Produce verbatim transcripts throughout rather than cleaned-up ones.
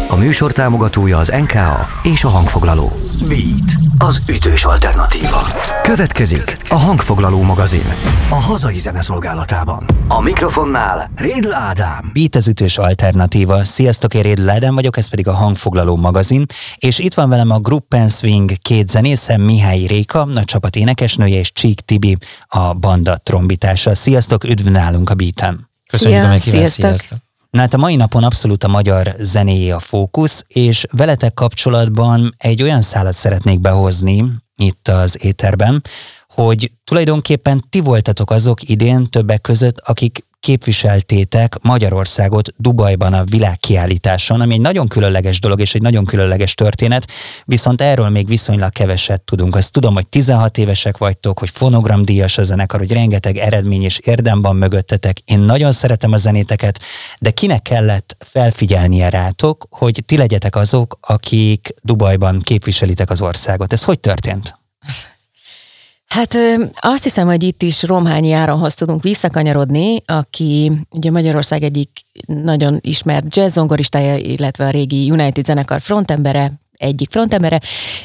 A műsor támogatója az en ká á és a hangfoglaló. Beat, az ütős alternatíva. Következik a Hangfoglaló magazin, a hazai zeneszolgálatában. A mikrofonnál Rédl Ádám. Beat, az ütős alternatíva. Sziasztok, én Rédl Ádám vagyok, ez pedig a Hangfoglaló magazin, és itt van velem a Group and Swing két zenésze, Mihály Réka, a csapat énekesnője, és Csík Tibi, a banda trombitása. Sziasztok, üdv nálunk a Beaten. Köszönjük a meghívást, sziasztok! Na hát a mai napon abszolút a magyar zenéjé a fókusz, és veletek kapcsolatban egy olyan szálat szeretnék behozni itt az éterben, hogy tulajdonképpen ti voltatok azok idén többek között, akik képviseltétek Magyarországot Dubajban a világkiállításon, ami egy nagyon különleges dolog és egy nagyon különleges történet, viszont erről még viszonylag keveset tudunk. Azt tudom, hogy tizenhat évesek vagytok, hogy fonogramdíjas a zenekar, hogy rengeteg eredmény és érdem van mögöttetek. Én nagyon szeretem a zenéteket, de kinek kellett felfigyelnie rátok, hogy ti legyetek azok, akik Dubajban képviselitek az országot? Ez hogy történt? Hát azt hiszem, hogy itt is Romhányi Áronhoz tudunk visszakanyarodni, aki ugye Magyarország egyik nagyon ismert jazz zongoristája, illetve a régi United zenekar frontembere, egyik frontembere,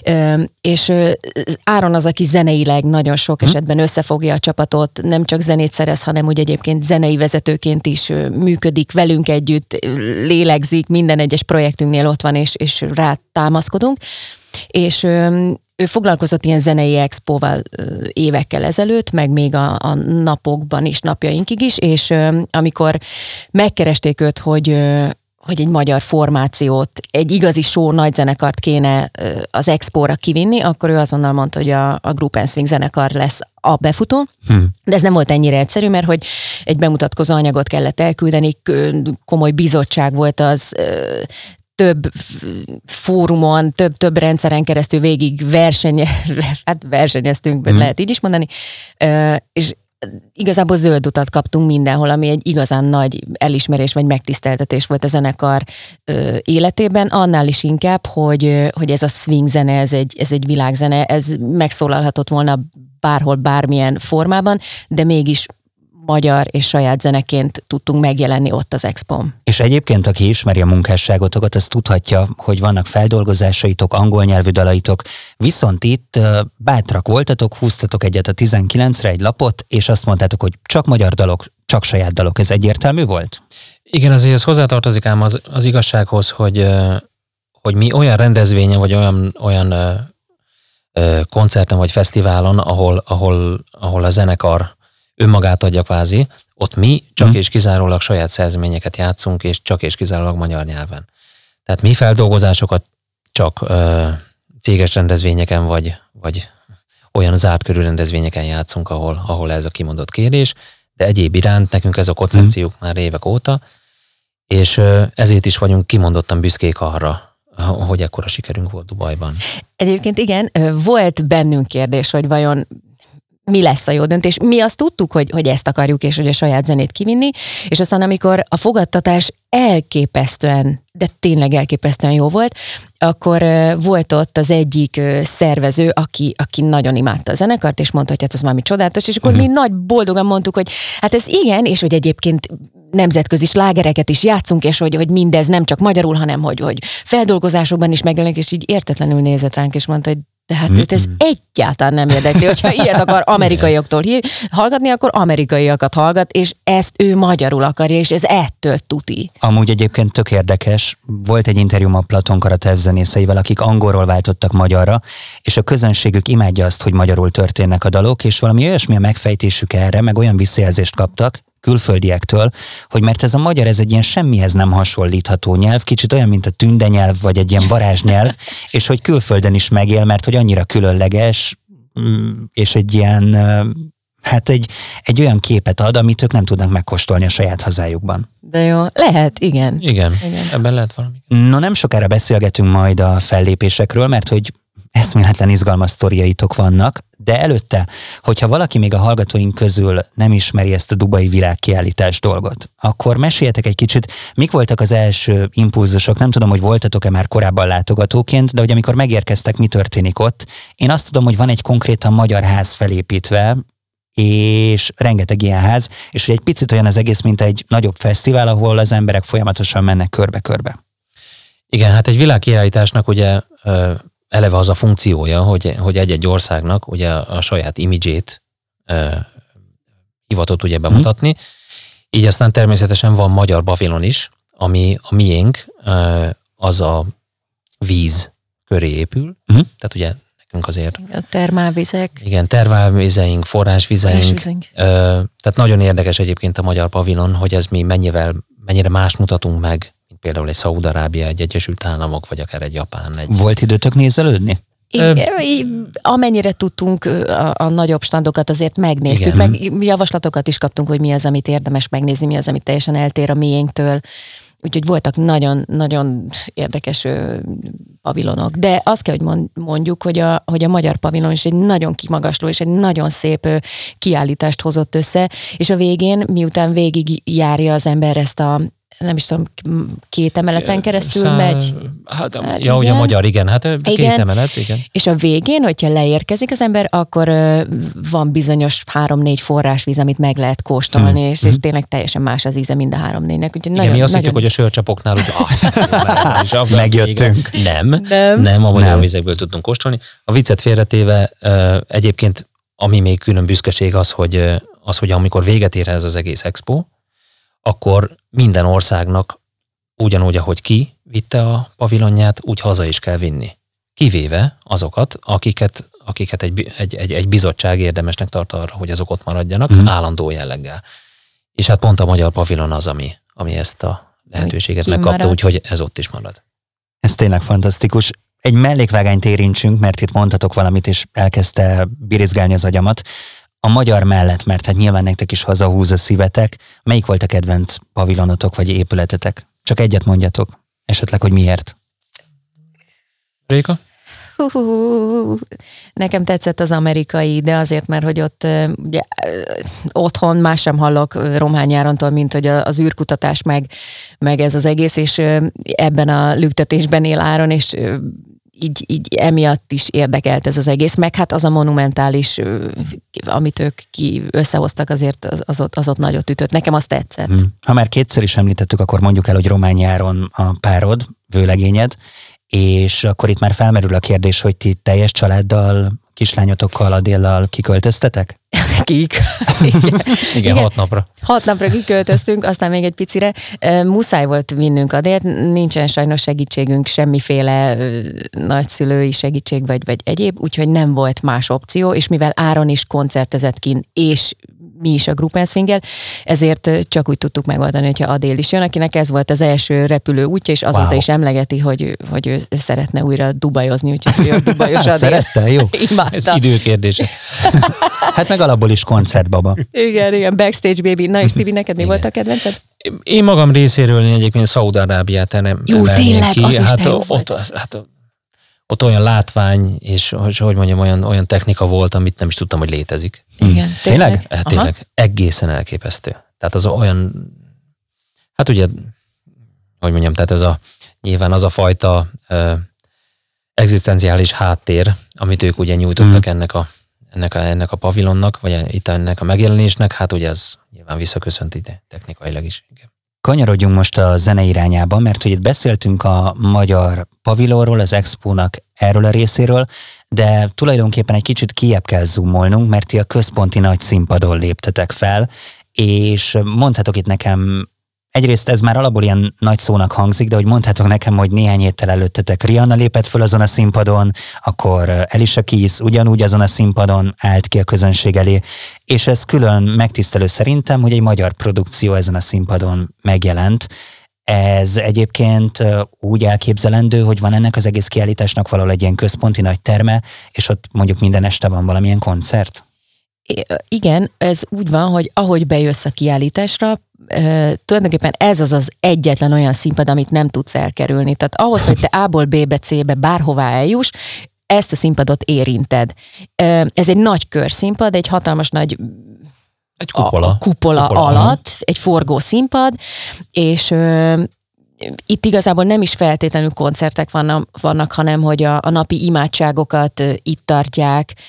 és Áron az, aki zeneileg nagyon sok esetben összefogja a csapatot, nem csak zenét szerez, hanem úgy egyébként zenei vezetőként is működik velünk együtt, lélegzik, minden egyes projektünknél ott van, és, és rá támaszkodunk, és ő foglalkozott ilyen zenei expóval évekkel ezelőtt, meg még a, a napokban is, napjainkig is, és amikor megkeresték őt, hogy, hogy egy magyar formációt, egy igazi show nagy zenekart kéne az expóra kivinni, akkor ő azonnal mondta, hogy a, a Group and Swing zenekar lesz a befutó, hmm. de ez nem volt ennyire egyszerű, mert hogy egy bemutatkozó anyagot kellett elküldeni, komoly bizottság volt az, több fórumon, több-több rendszeren keresztül végig verseny, hát versenyeztünk, mm. lehet így is mondani, és igazából zöld utat kaptunk mindenhol, ami egy igazán nagy elismerés vagy megtiszteltetés volt a zenekar életében, annál is inkább, hogy, hogy ez a swing zene, ez egy, ez egy világzene, ez megszólalhatott volna bárhol, bármilyen formában, de mégis magyar és saját zeneként tudtunk megjelenni ott az expón. És egyébként, aki ismeri a munkásságotokat, az tudhatja, hogy vannak feldolgozásaitok, angol nyelvű dalaitok, viszont itt bátrak voltatok, húztatok egyet a tizenkilencre egy lapot, és azt mondtátok, hogy csak magyar dalok, csak saját dalok. Ez egyértelmű volt? Igen, azért ez hozzátartozik ám az, az igazsághoz, hogy, hogy mi olyan rendezvényen, vagy olyan, olyan koncerten, vagy fesztiválon, ahol, ahol, ahol a zenekar önmagát adja kvázi, ott mi csak hmm. és kizárólag saját szerzeményeket játszunk, és csak és kizárólag magyar nyelven. Tehát mi feldolgozásokat csak ö, céges rendezvényeken, vagy, vagy olyan zárt körű rendezvényeken játszunk, ahol, ahol ez a kimondott kérés, de egyéb iránt nekünk ez a koncepciók hmm. már évek óta, és ö, ezért is vagyunk kimondottan büszkék arra, hogy ekkora sikerünk volt Dubajban. Egyébként igen, volt bennünk kérdés, hogy vajon mi lesz a jó döntés. Mi azt tudtuk, hogy, hogy ezt akarjuk, és hogy a saját zenét kivinni, és aztán amikor a fogadtatás elképesztően, de tényleg elképesztően jó volt, akkor uh, volt ott az egyik uh, szervező, aki, aki nagyon imádta a zenekart, és mondta, hogy hát ez valami csodálatos, és akkor uh-huh. mi nagy boldogan mondtuk, hogy hát ez igen, és hogy egyébként nemzetközi slágereket is játszunk, és hogy, hogy mindez nem csak magyarul, hanem hogy, hogy feldolgozásokban is megjelenik, és így értetlenül nézett ránk, és mondta, hogy de hát mm-hmm. őt ez egyáltalán nem érdekli, hogyha ilyet akar amerikaiaktól hallgatni, akkor amerikaiakat hallgat, és ezt ő magyarul akarja, és ez ettől tuti. Amúgy egyébként tök érdekes, volt egy interjúm a Platon Karatev zenészeivel, akik angolról váltottak magyarra, és a közönségük imádja azt, hogy magyarul történnek a dalok, és valami olyasmi a megfejtésük erre, meg olyan visszajelzést kaptak külföldiektől, hogy mert ez a magyar, ez egy ilyen semmihez nem hasonlítható nyelv, kicsit olyan, mint a tünde nyelv, vagy egy ilyen varázsnyelv, és hogy külföldön is megél, mert hogy annyira különleges, és egy ilyen, hát egy, egy olyan képet ad, amit ők nem tudnak megkóstolni a saját hazájukban. De jó, lehet, igen. Igen, igen. Ebben lehet valami. No, nem sokára beszélgetünk majd a fellépésekről, mert hogy eszméletlen izgalmas sztoriaitok vannak, de előtte, hogyha valaki még a hallgatóink közül nem ismeri ezt a dubai világkiállítás dolgot, akkor meséljetek egy kicsit, mik voltak az első impulzusok, nem tudom, hogy voltatok-e már korábban látogatóként, de hogy amikor megérkeztek, mi történik ott. Én azt tudom, hogy van egy konkrétan magyar ház felépítve, és rengeteg ilyen ház, és hogy egy picit olyan az egész, mint egy nagyobb fesztivál, ahol az emberek folyamatosan mennek körbe-körbe. Igen, hát egy világkiállításnak ugye eleve az a funkciója, hogy, hogy egy-egy országnak ugye a saját imidzsét hivatott ugye bemutatni. Hmm. Így aztán természetesen van magyar pavilon is, ami a miénk, az a víz köré épül. Hmm. Tehát ugye nekünk azért... A termálvizek. Igen, termálvizeink, forrásvizeink. forrásvizeink. Tehát nagyon érdekes egyébként a magyar pavilon, hogy ez mi mennyivel, mennyire más mutatunk meg, mint például egy Szaúd-Arábia, egy Egyesült Államok, vagy akár egy Japán. Egy... Volt időtök nézelődni? Igen, amennyire tudtunk a, a nagyobb standokat azért megnéztük, igen. Meg javaslatokat is kaptunk, hogy mi az, amit érdemes megnézni, mi az, amit teljesen eltér a miénktől. Úgyhogy voltak nagyon-nagyon érdekes pavilonok. De azt kell, hogy mondjuk, hogy a, hogy a magyar pavilon is egy nagyon kimagasló és egy nagyon szép kiállítást hozott össze, és a végén, miután végig járja az ember ezt a nem is tudom, két emeleten keresztül Szá... megy. Hát, hát ja, ugye a magyar, igen, hát igen. Két emelet, igen. És a végén, hogyha leérkezik az ember, akkor uh, van bizonyos három-négy forrásvíz, amit meg lehet kóstolni, hmm. és, hmm. és tényleg teljesen más az íze mind a három-négynek. Igen, nagyon, mi azt nagyon... hittük, hogy a sörcsapoknál úgy, ah, megjöttünk. Nem, nem, nem, a magyar vizekből tudtunk kóstolni. A viccet félretéve uh, egyébként, ami még külön büszkeség az, hogy, az, hogy amikor véget ér ez az egész expo, akkor minden országnak ugyanúgy, ahogy ki vitte a pavilonját, úgy haza is kell vinni. Kivéve azokat, akiket, akiket egy, egy, egy, egy bizottság érdemesnek tart arra, hogy azok ott maradjanak, mm. állandó jelleggel. És hát pont a magyar pavilon az, ami, ami ezt a lehetőséget megkapta, úgyhogy ez ott is marad. Ez tényleg fantasztikus. Egy mellékvágányt érintsünk, mert itt mondhatok valamit, és elkezdte birizgálni az agyamat. A magyar mellett, mert hát nyilván nektek is hazahúz a szívetek. Melyik volt a kedvenc pavilonotok vagy épületetek? Csak egyet mondjatok. Esetleg, hogy miért. Réka? Hú, nekem tetszett az amerikai, de azért, mert hogy ott ugye, otthon más sem hallok Romhány Árontól, mint hogy az űrkutatás meg, meg ez az egész, és ebben a lüktetésben él Áron, és így, így emiatt is érdekelt ez az egész, meg hát az a monumentális, amit ők ki összehoztak, azért az, az, ott, az ott nagyot ütött. Nekem az tetszett. Hmm. Ha már kétszer is említettük, akkor mondjuk el, hogy Romhány Áron a párod, vőlegényed, és akkor itt már felmerül a kérdés, hogy ti teljes családdal, kislányotokkal, Adéllal kiköltöztetek? Kik. Igen. Igen, Igen, hat napra. Hat napra kiköltöztünk, aztán még egy picire. Muszáj volt vinnünk Adélt, nincsen sajnos segítségünk, semmiféle nagyszülői segítség vagy, vagy egyéb, úgyhogy nem volt más opció, és mivel Áron is koncertezett kint, és mi is a Gruppenswinggel, ezért csak úgy tudtuk megoldani, hogyha Adél is jön, akinek ez volt az első repülő útja, és azóta wow. is emlegeti, hogy, hogy ő szeretne újra dubajozni, úgyhogy ő a dubajos Adél. Szerette? Jó. Imádta. Ez időkérdése. Hát meg alapból is koncertbaba. Igen, igen, backstage baby. Na és Tibi, neked mi volt a kedvenced? Én magam részéről én egyébként Szaúd-Arábiát nem Jó, tényleg, ki. Az is hát, jó ott, hát ott olyan látvány, és hogy, hogy mondjam, olyan, olyan technika volt, amit nem is tudtam, hogy létezik. Igen, tényleg? Hát, tényleg, egészen elképesztő. Tehát az olyan, hát ugye, hogy mondjam, tehát az a, nyilván az a fajta uh, egzisztenciális háttér, amit ők ugye nyújtottak mm. ennek, a, ennek, a, ennek a pavilonnak, vagy itt ennek a megjelenésnek, hát ugye ez nyilván visszaköszönt ide technikailag is. Igen. Kanyarodjunk most a zene irányába, mert hogy itt beszéltünk a magyar pavilonról, az expónak erről a részéről, de tulajdonképpen egy kicsit kijebb kell zoomolnunk, mert ti a központi nagy színpadon léptetek fel, és mondhatok itt nekem, egyrészt ez már alapból ilyen nagy szónak hangzik, de hogy mondhatok nekem, hogy néhány héttel előttetek Rihanna lépett föl azon a színpadon, akkor Alicia Keys ugyanúgy azon a színpadon állt ki a közönség elé, és ez külön megtisztelő szerintem, hogy egy magyar produkció ezen a színpadon megjelent. Ez egyébként úgy elképzelendő, hogy van ennek az egész kiállításnak valahol egy ilyen központi nagy terme, és ott mondjuk minden este van valamilyen koncert? Igen, ez úgy van, hogy ahogy bejössz a kiállításra, e, tulajdonképpen ez az az egyetlen olyan színpad, amit nem tudsz elkerülni. Tehát ahhoz, hogy te A-ból B-be, C-be bárhová eljuss, ezt a színpadot érinted. E, ez egy nagy körszínpad, egy hatalmas nagy egy kupola, a kupola, kupola alatt, aha. egy forgó színpad, és e, itt igazából nem is feltétlenül koncertek vannak, vannak hanem hogy a, a napi imádságokat e, itt tartják,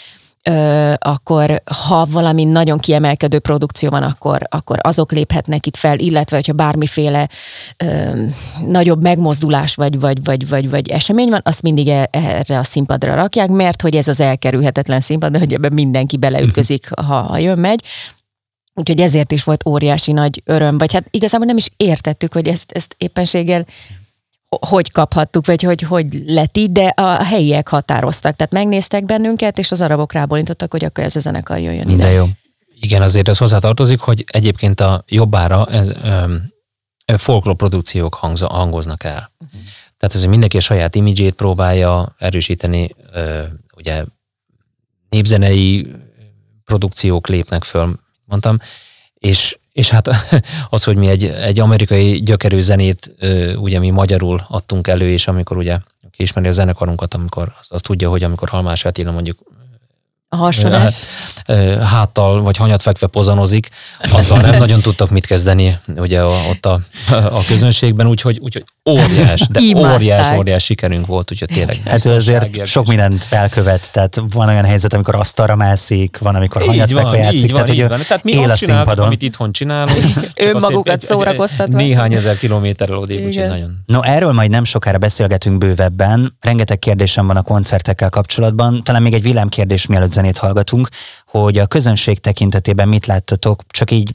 Ö, akkor ha valami nagyon kiemelkedő produkció van, akkor, akkor azok léphetnek itt fel, illetve hogyha bármiféle ö, nagyobb megmozdulás vagy, vagy, vagy, vagy, vagy esemény van, azt mindig erre a színpadra rakják, mert hogy ez az elkerülhetetlen színpad, de hogy ebben mindenki beleütközik, ha, ha jön, megy. Úgyhogy ezért is volt óriási nagy öröm, vagy hát igazából nem is értettük, hogy ezt, ezt éppenséggel hogy kaphattuk, vagy hogy, hogy lett így, de a helyiek határoztak. Tehát megnéztek bennünket, és az arabok rábólintottak, hogy akkor ez a zenekar jöjjön ide. De jó. Igen, azért ez hozzátartozik, hogy egyébként a jobbára ez, öm, folklór produkciók hangza, hangoznak el. Uh-huh. Tehát azért mindenki a saját imidzsét próbálja erősíteni, ö, ugye népzenei produkciók lépnek föl, mondtam, és És hát az, hogy mi egy, egy amerikai gyökerű zenét, ugye mi magyarul adtunk elő, és amikor ugye, aki ismeri a zenekarunkat, amikor azt, azt tudja, hogy amikor Halmás Attila mondjuk a hasonlás. Háttal vagy hanyat fekve pozanozik, azzal nem nagyon tudtak mit kezdeni ugye ott a, a közönségben, úgyhogy, úgyhogy óriás, de Imádták. óriás, óriás sikerünk volt, úgyhogy tényleg. Hát ő azért sok mindent felkövet, tehát van olyan helyzet, amikor asztalra mászik, van, amikor hanyat fekve játszik, van, tehát hogy van. Tehát mi él a színpadon. Amit itthon csinálunk. Önmagukat szórakoztatva. Néhány ezer kilométerrel odébb, úgyhogy nagyon. No, erről majd nem sokára beszélgetünk bővebben. Rengeteg kérdésem van a koncertekkel kapcsolatban. Talán még egy villámkérdés, mielőtt zenét hallgatunk, hogy a közönség tekintetében mit láttatok, csak így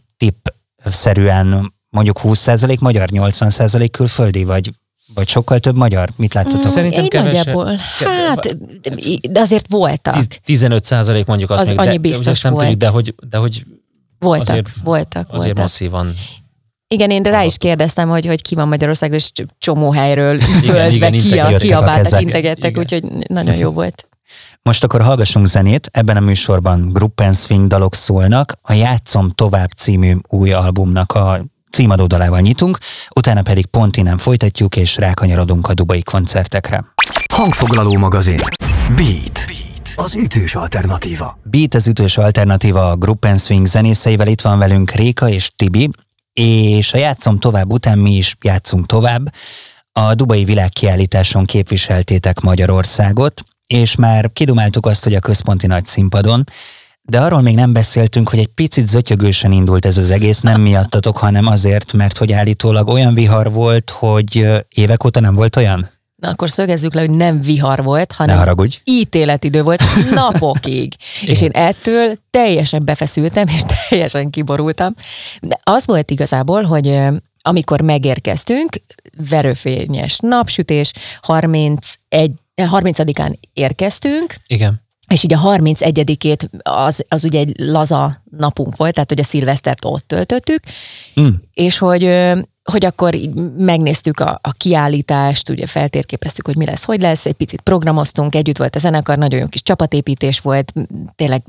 tippszerűen mondjuk húsz százalék magyar, nyolcvan százalék külföldi, vagy, vagy sokkal több magyar? Mit láttatok? Szerintem kevesebb. Hát, de azért voltak. tizenöt százalék mondjuk azt az még, annyi de, biztos nem volt. tudjuk, de hogy, de hogy voltak, azért, voltak, azért voltak. masszívan. Igen, én rá is kérdeztem, hogy, hogy ki van Magyarországon, és csomó helyről földve igen, kiabáltak, integettek, úgyhogy nagyon jó volt. Most akkor hallgassunk zenét, ebben a műsorban Gruppen Swing dalok szólnak, a Játszom tovább című új albumnak a címadó dalával nyitunk, utána pedig pont innen folytatjuk, és rákanyarodunk a dubai koncertekre. Hangfoglaló magazin. Beat. Az ütős alternatíva. Beat az ütős alternatíva a Gruppen Swing zenészeivel, itt van velünk Réka és Tibi, és a Játszom tovább után mi is játszunk tovább. A dubai világkiállításon képviseltétek Magyarországot, és már kidumáltuk azt, hogy a központi nagy színpadon, de arról még nem beszéltünk, hogy egy picit zötyögősen indult ez az egész, nem miattatok, hanem azért, mert hogy állítólag olyan vihar volt, hogy évek óta nem volt olyan? Na akkor szögezzük le, hogy nem vihar volt, Ne hanem haragudj. ítéletidő volt napokig. És én ettől teljesen befeszültem, és teljesen kiborultam. De az volt igazából, hogy amikor megérkeztünk, verőfényes napsütés, harmincegy harmincadikán érkeztünk, Igen. és így a harmincegyedikét az, az ugye egy laza napunk volt, tehát hogy a szilvesztert ott töltöttük, Mm. és hogy, hogy akkor így megnéztük a, a kiállítást, ugye feltérképeztük, hogy mi lesz, hogy lesz, egy picit programoztunk, együtt volt a zenekar, nagyon jó kis csapatépítés volt, tényleg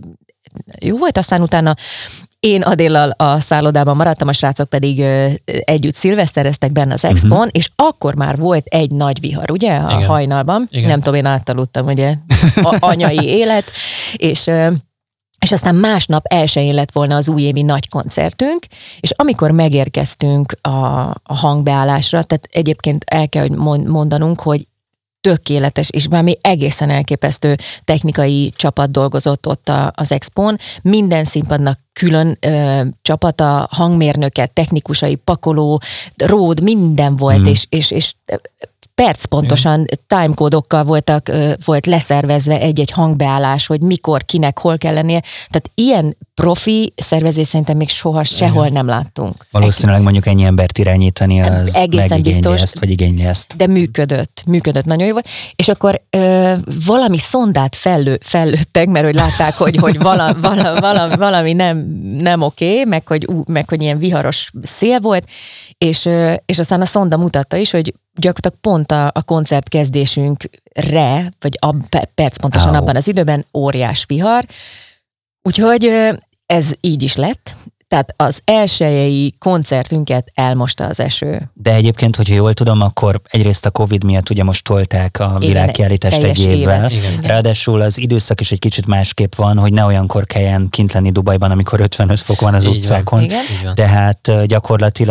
jó volt, aztán utána én Adéllal a szállodában maradtam, a srácok pedig ö, együtt szilvesztereztek benne az expon, uh-huh. és akkor már volt egy nagy vihar, ugye, a Igen. hajnalban. Igen. Nem tudom, én átaludtam, ugye, a anyai élet, és, ö, és aztán másnap elsőjén lett volna az újévi nagy koncertünk, és amikor megérkeztünk a, a hangbeállásra, tehát egyébként el kell, hogy mondanunk, hogy tökéletes, és valami egészen elképesztő technikai csapat dolgozott ott a, az expón. Minden színpadnak külön ö, csapata, hangmérnöke, technikusai, pakoló, ród, minden volt, mm. és, és, és perc pontosan timekódokkal voltak, ö, volt leszervezve egy-egy hangbeállás, hogy mikor, kinek, hol kell lennie. Tehát ilyen profi szervezés szerintem még soha sehol nem láttunk. Valószínűleg mondjuk ennyi embert irányítani, az egészen megigényli biztos, ezt, vagy igényli ezt. De működött, működött, nagyon jó volt. És akkor ö, valami szondát fellő, fellőttek, mert hogy látták, hogy, hogy vala, vala, vala, valami nem, nem oké, meg hogy, ú, meg hogy ilyen viharos szél volt, és, ö, és aztán a szonda mutatta is, hogy gyakorlatilag pont a, a koncert kezdésünkre, vagy a perc pontosan Au. abban az időben óriás vihar. Úgyhogy ö, ez így is lett. Tehát az elsőjei koncertünket elmosta az eső. De egyébként, hogyha jól tudom, akkor egyrészt a Covid miatt ugye most tolták a Igen, világkiállítást egy teljes évvel. évet. Igen. Ráadásul az időszak is egy kicsit másképp van, hogy ne olyankor kelljen kint lenni Dubajban, amikor ötvenöt fok van az Így utcákon. van. Igen. Így van. Tehát ö, gyakorlatilag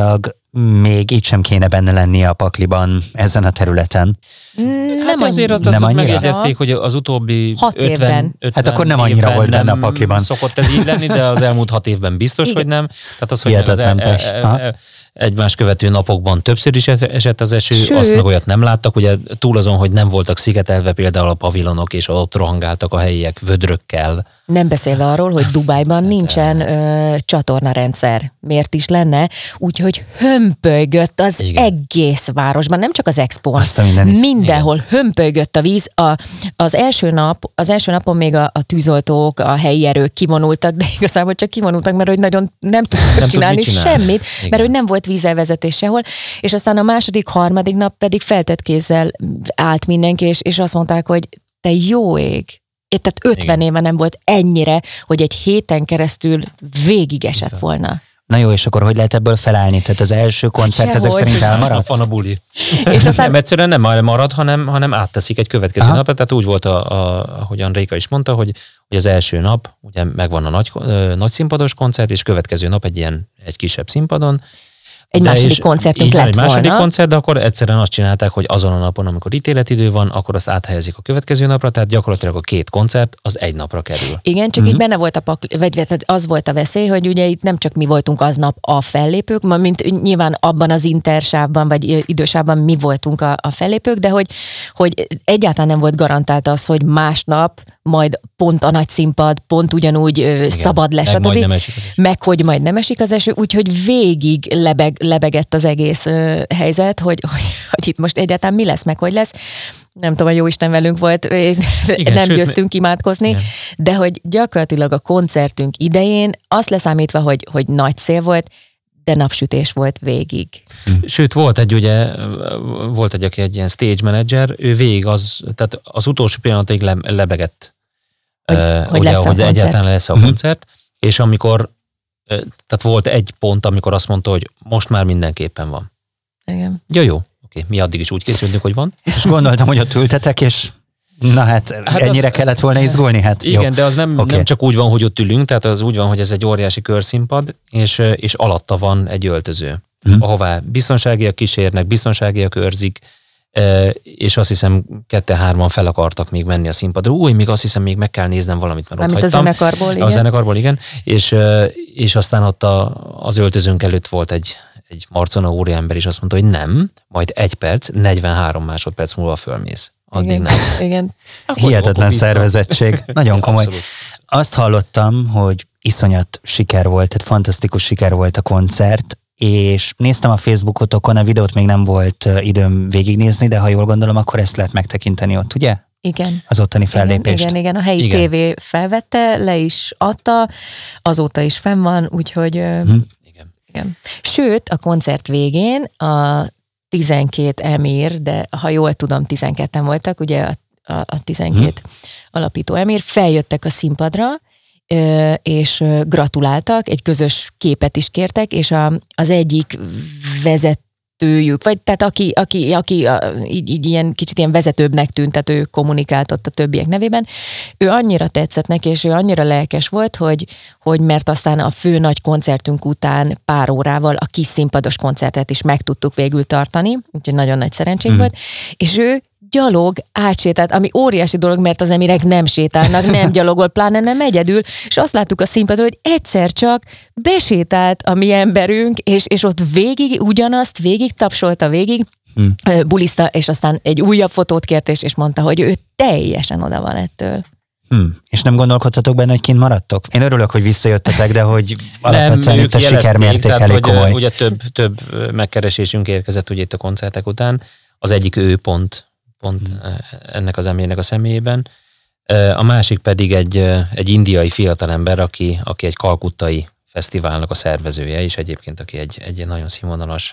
még így sem kéne benne lennie a pakliban ezen a területen. Nem hát azért azt, azt megjegyezték, hogy az utóbbi ötven, ötven hát akkor nem annyira volt benne a pakliban. Szokott ez így lenni, de az elmúlt hat évben biztos, igen. hogy nem. Tehát az, hogy az e, e, e, egymás követő napokban többször is esett az eső, Sőt. azt meg olyat nem láttak, ugye túl azon, hogy nem voltak szigetelve például a pavilonok, és ott rohangáltak a helyiek vödrökkel. Nem beszélve arról, hogy Dubájban nincsen ö, csatornarendszer. Miért is lenne? Úgyhogy hömpölygött az igen. egész városban, nem csak az expón. Mindenhol igen. hömpölygött a víz. A, az, első nap, az első napon még a, a tűzoltók, a helyi erők kivonultak, de igazából csak kivonultak, mert hogy nagyon nem tudtak nem csinálni tud semmit, igen. mert hogy nem volt vízelvezetés sehol. És aztán a második, harmadik nap pedig feltett kézzel állt mindenki, és, és azt mondták, hogy te jó ég. Tehát ötven éve nem volt ennyire, hogy egy héten keresztül végig esett volna. Na jó, és akkor hogy lehet ebből felállni? Tehát az első koncert hát ezek szerint elmaradt? Van a buli. És aztán... Nem, egyszerűen nem marad, hanem, hanem átteszik egy következő Aha. napra. Tehát úgy volt, a, a, ahogyan Réka is mondta, hogy, hogy az első nap ugye megvan a nagy, nagy színpados koncert, és következő nap egy ilyen egy kisebb színpadon. Egy de második koncertünk lett egy volna. második koncert, de akkor egyszerűen azt csinálták, hogy azon a napon, amikor ítéletidő van, akkor azt áthelyezik a következő napra, tehát gyakorlatilag a két koncert az egy napra kerül. Igen, csak mm-hmm. így benne volt a pakli, vagy az volt a veszély, hogy ugye itt nem csak mi voltunk aznap a fellépők, mint nyilván abban az intersávban, vagy idősávban mi voltunk a, a fellépők, de hogy, hogy egyáltalán nem volt garantált az, hogy másnap majd pont a nagy színpad, pont ugyanúgy igen, szabad lesz, meg, stb. Meg, meg hogy majd nem esik az eső, úgyhogy végig lebeg, lebegett az egész ö, helyzet, hogy, hogy, hogy itt most egyáltalán mi lesz, meg hogy lesz. Nem tudom, a Jóisten velünk volt, igen, nem sőt, győztünk imádkozni, igen. de hogy gyakorlatilag a koncertünk idején azt leszámítva, hogy, hogy nagy szél volt, de napsütés volt végig. Sőt, volt egy ugye, volt egy, aki egy ilyen stage manager, ő végig az, tehát az utolsó pillanatig le, lebegett, hogy, uh, hogy, ugye, lesz hogy egyáltalán lesz a koncert, és amikor, tehát volt egy pont, amikor azt mondta, hogy most már mindenképpen van. Igen. Ja, jó, oké, mi addig is úgy készültünk, hogy van. És gondoltam, hogy ott ültetek, és na hát, hát ennyire az, kellett volna izgulni? Hát igen, jó. de az nem, okay. nem csak úgy van, hogy ott ülünk, tehát az úgy van, hogy ez egy óriási körszínpad, és, és alatta van egy öltöző, mm. ahová biztonságiak kísérnek, biztonságiak őrzik, és azt hiszem kettő-hárman fel akartak még menni a színpadra. Új, még azt hiszem, még meg kell néznem valamit, mert ott hagytam. a zenekarból, igen. A zenekarból, igen. És, és aztán ott a, az öltözőnk előtt volt egy, egy marcona úriember, és azt mondta, hogy nem, majd egy perc, negyvenhárom másodperc múlva fölmész. Addig igen, nem. Igen. Hihetetlen szervezettség. Nagyon komoly. Abszolút. Azt hallottam, hogy iszonyat siker volt, tehát fantasztikus siker volt a koncert, és néztem a Facebookotokon, a videót még nem volt időm végignézni, de ha jól gondolom, akkor ezt lehet megtekinteni ott, ugye? Igen. Az ottani fellépést. Igen, igen, igen. A helyi igen. tévé felvette, le is adta, azóta is fenn van, úgyhogy... Hmm. Igen. igen. Sőt, a koncert végén a tizenkét emír, de ha jól tudom, tizenketten voltak, ugye a, a, a tizenkét hmm. alapító emír, feljöttek a színpadra, és gratuláltak, egy közös képet is kértek, és a, az egyik vezetőjük, vagy tehát aki, aki, aki a, így, így ilyen, kicsit ilyen vezetőbbnek tűnt, tehát ő kommunikáltott a többiek nevében, ő annyira tetszett neki, és ő annyira lelkes volt, hogy, hogy mert aztán a fő nagy koncertünk után pár órával a kis színpados koncertet is meg tudtuk végül tartani, úgyhogy nagyon nagy szerencsénk hmm. volt, és ő gyalog átsétált, ami óriási dolog, mert az emirek nem sétálnak, nem gyalogol, pláne nem egyedül, és azt láttuk a színpadon, hogy egyszer csak besétált a mi emberünk, és, és ott végig, ugyanazt végig tapsolta végig, hmm. buliszta, és aztán egy újabb fotót kért, és, és mondta, hogy ő teljesen oda van ettől. Hmm. És nem gondolkodhatok benne, hogy kint maradtok? Én örülök, hogy visszajöttetek, de hogy alapvetően itt a sikermérték elég komoly. Ugye több, több megkeresésünk érkezett ugye itt a koncertek után, az egyik ő pont pont hmm. ennek az emlének a személyében. A másik pedig egy, egy indiai fiatalember, aki, aki egy kalkuttai fesztiválnak a szervezője, és egyébként aki egy, egy nagyon színvonalas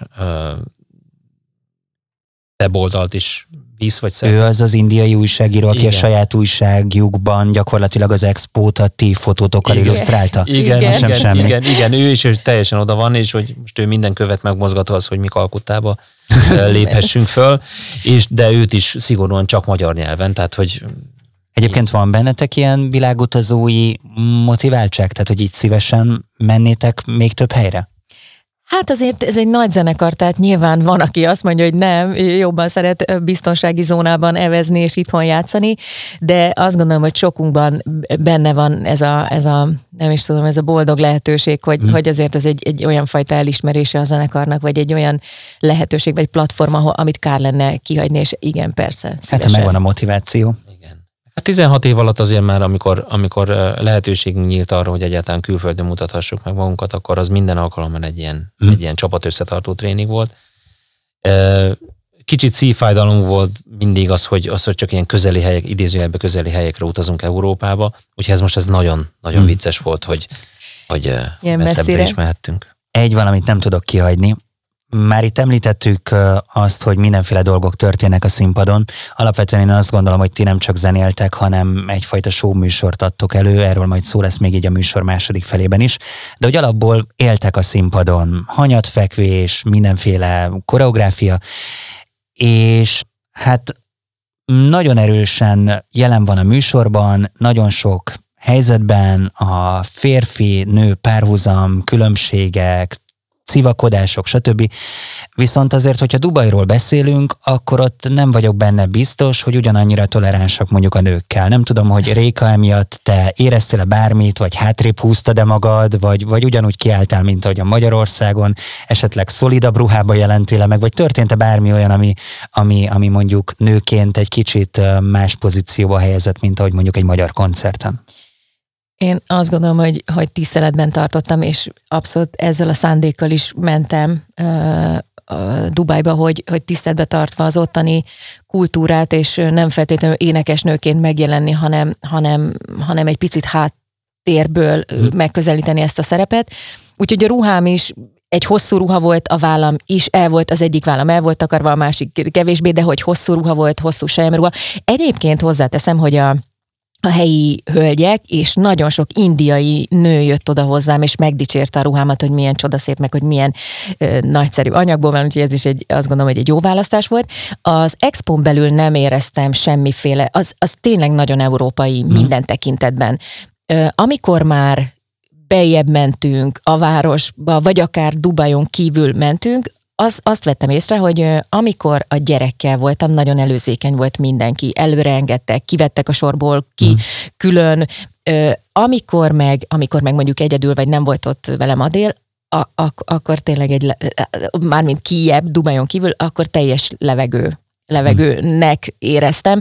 weboldalt is visz, vagy szervez. Ő az az indiai újságíró, aki igen. a saját újságjukban gyakorlatilag az expót a ti fotótokkal igen. illusztrálta. Igen, igen, sem igen, semmi. igen, igen, ő is ő teljesen oda van, és hogy most ő minden követ megmozgató az, hogy mi Kalkuttába léphessünk föl, és de őt is szigorúan csak magyar nyelven, tehát hogy... Egyébként van bennetek ilyen világutazói motiváltság, tehát hogy így szívesen mennétek még több helyre? Hát azért ez egy nagy zenekar, tehát nyilván van, aki azt mondja, hogy nem, jobban szeret biztonsági zónában evezni és itthon játszani, de azt gondolom, hogy sokunkban benne van ez a, ez a nem is tudom, ez a boldog lehetőség, hogy, hmm. hogy azért ez egy, egy olyan fajta elismerése a zenekarnak, vagy egy olyan lehetőség, vagy platform, ahol, amit kár lenne kihagyni, és igen, persze. Szívesen. Hát megvan a motiváció. Hát tizenhat év alatt azért már, amikor, amikor lehetőségünk nyílt arra, hogy egyáltalán külföldön mutathassuk meg magunkat, akkor az minden alkalommal egy ilyen, mm. egy ilyen csapat összetartó tréning volt. Kicsit szívfájdalom volt mindig az, hogy, az, hogy csak ilyen közeli helyek, idézőjelben közeli helyekre utazunk Európába, úgyhogy ez most ez nagyon, nagyon mm. vicces volt, hogy, hogy messzebbre is mehettünk. Egy valamit nem tudok kihagyni. Már itt említettük azt, hogy mindenféle dolgok történnek a színpadon. Alapvetően én azt gondolom, hogy ti nem csak zenéltek, hanem egyfajta show műsort adtok elő, erről majd szó lesz még így a műsor második felében is. De hogy alapból éltek a színpadon, hanyatfekvés, mindenféle koreográfia, és hát nagyon erősen jelen van a műsorban, nagyon sok helyzetben a férfi-nő párhuzam, különbségek, civakodások, stb. Viszont azért, hogyha Dubajról beszélünk, akkor ott nem vagyok benne biztos, hogy ugyanannyira toleránsak mondjuk a nőkkel. Nem tudom, hogy Réka, emiatt te éreztél-e bármit, vagy hátrébb húztad-e magad, vagy, vagy ugyanúgy kiálltál, mint ahogy a Magyarországon, esetleg szolidabb ruhába jelentél-e meg, vagy történt-e bármi olyan, ami, ami, ami mondjuk nőként egy kicsit más pozícióba helyezett, mint ahogy mondjuk egy magyar koncerten? Én azt gondolom, hogy, hogy tiszteletben tartottam, és abszolút ezzel a szándékkal is mentem uh, uh, Dubajba, hogy, hogy tiszteletbe tartva az ottani kultúrát, és nem feltétlenül énekesnőként megjelenni, hanem, hanem, hanem egy picit háttérből hmm. megközelíteni ezt a szerepet. Úgyhogy a ruhám is egy hosszú ruha volt, a vállam is el volt, az egyik vállam el volt takarva, a másik kevésbé, de hogy hosszú ruha volt, hosszú selyemruha. Egyébként hozzáteszem, hogy a a helyi hölgyek, és nagyon sok indiai nő jött oda hozzám, és megdicsérte a ruhámat, hogy milyen csodaszép, meg hogy milyen ö, nagyszerű anyagból van, úgyhogy ez is egy, azt gondolom, hogy egy jó választás volt. Az expón belül nem éreztem semmiféle, az, az tényleg nagyon európai hmm. minden tekintetben. Ö, amikor már bejebb mentünk a városba, vagy akár Dubajon kívül mentünk, Az, azt vettem észre, hogy amikor a gyerekkel voltam, nagyon előzékeny volt mindenki, előre engedtek, kivettek a sorból ki, mm. külön. Amikor meg, amikor meg mondjuk egyedül, vagy nem volt ott velem Adél, a, ak, akkor tényleg egy, mármint kijebb, Dubajon kívül, akkor teljes levegő, levegőnek éreztem.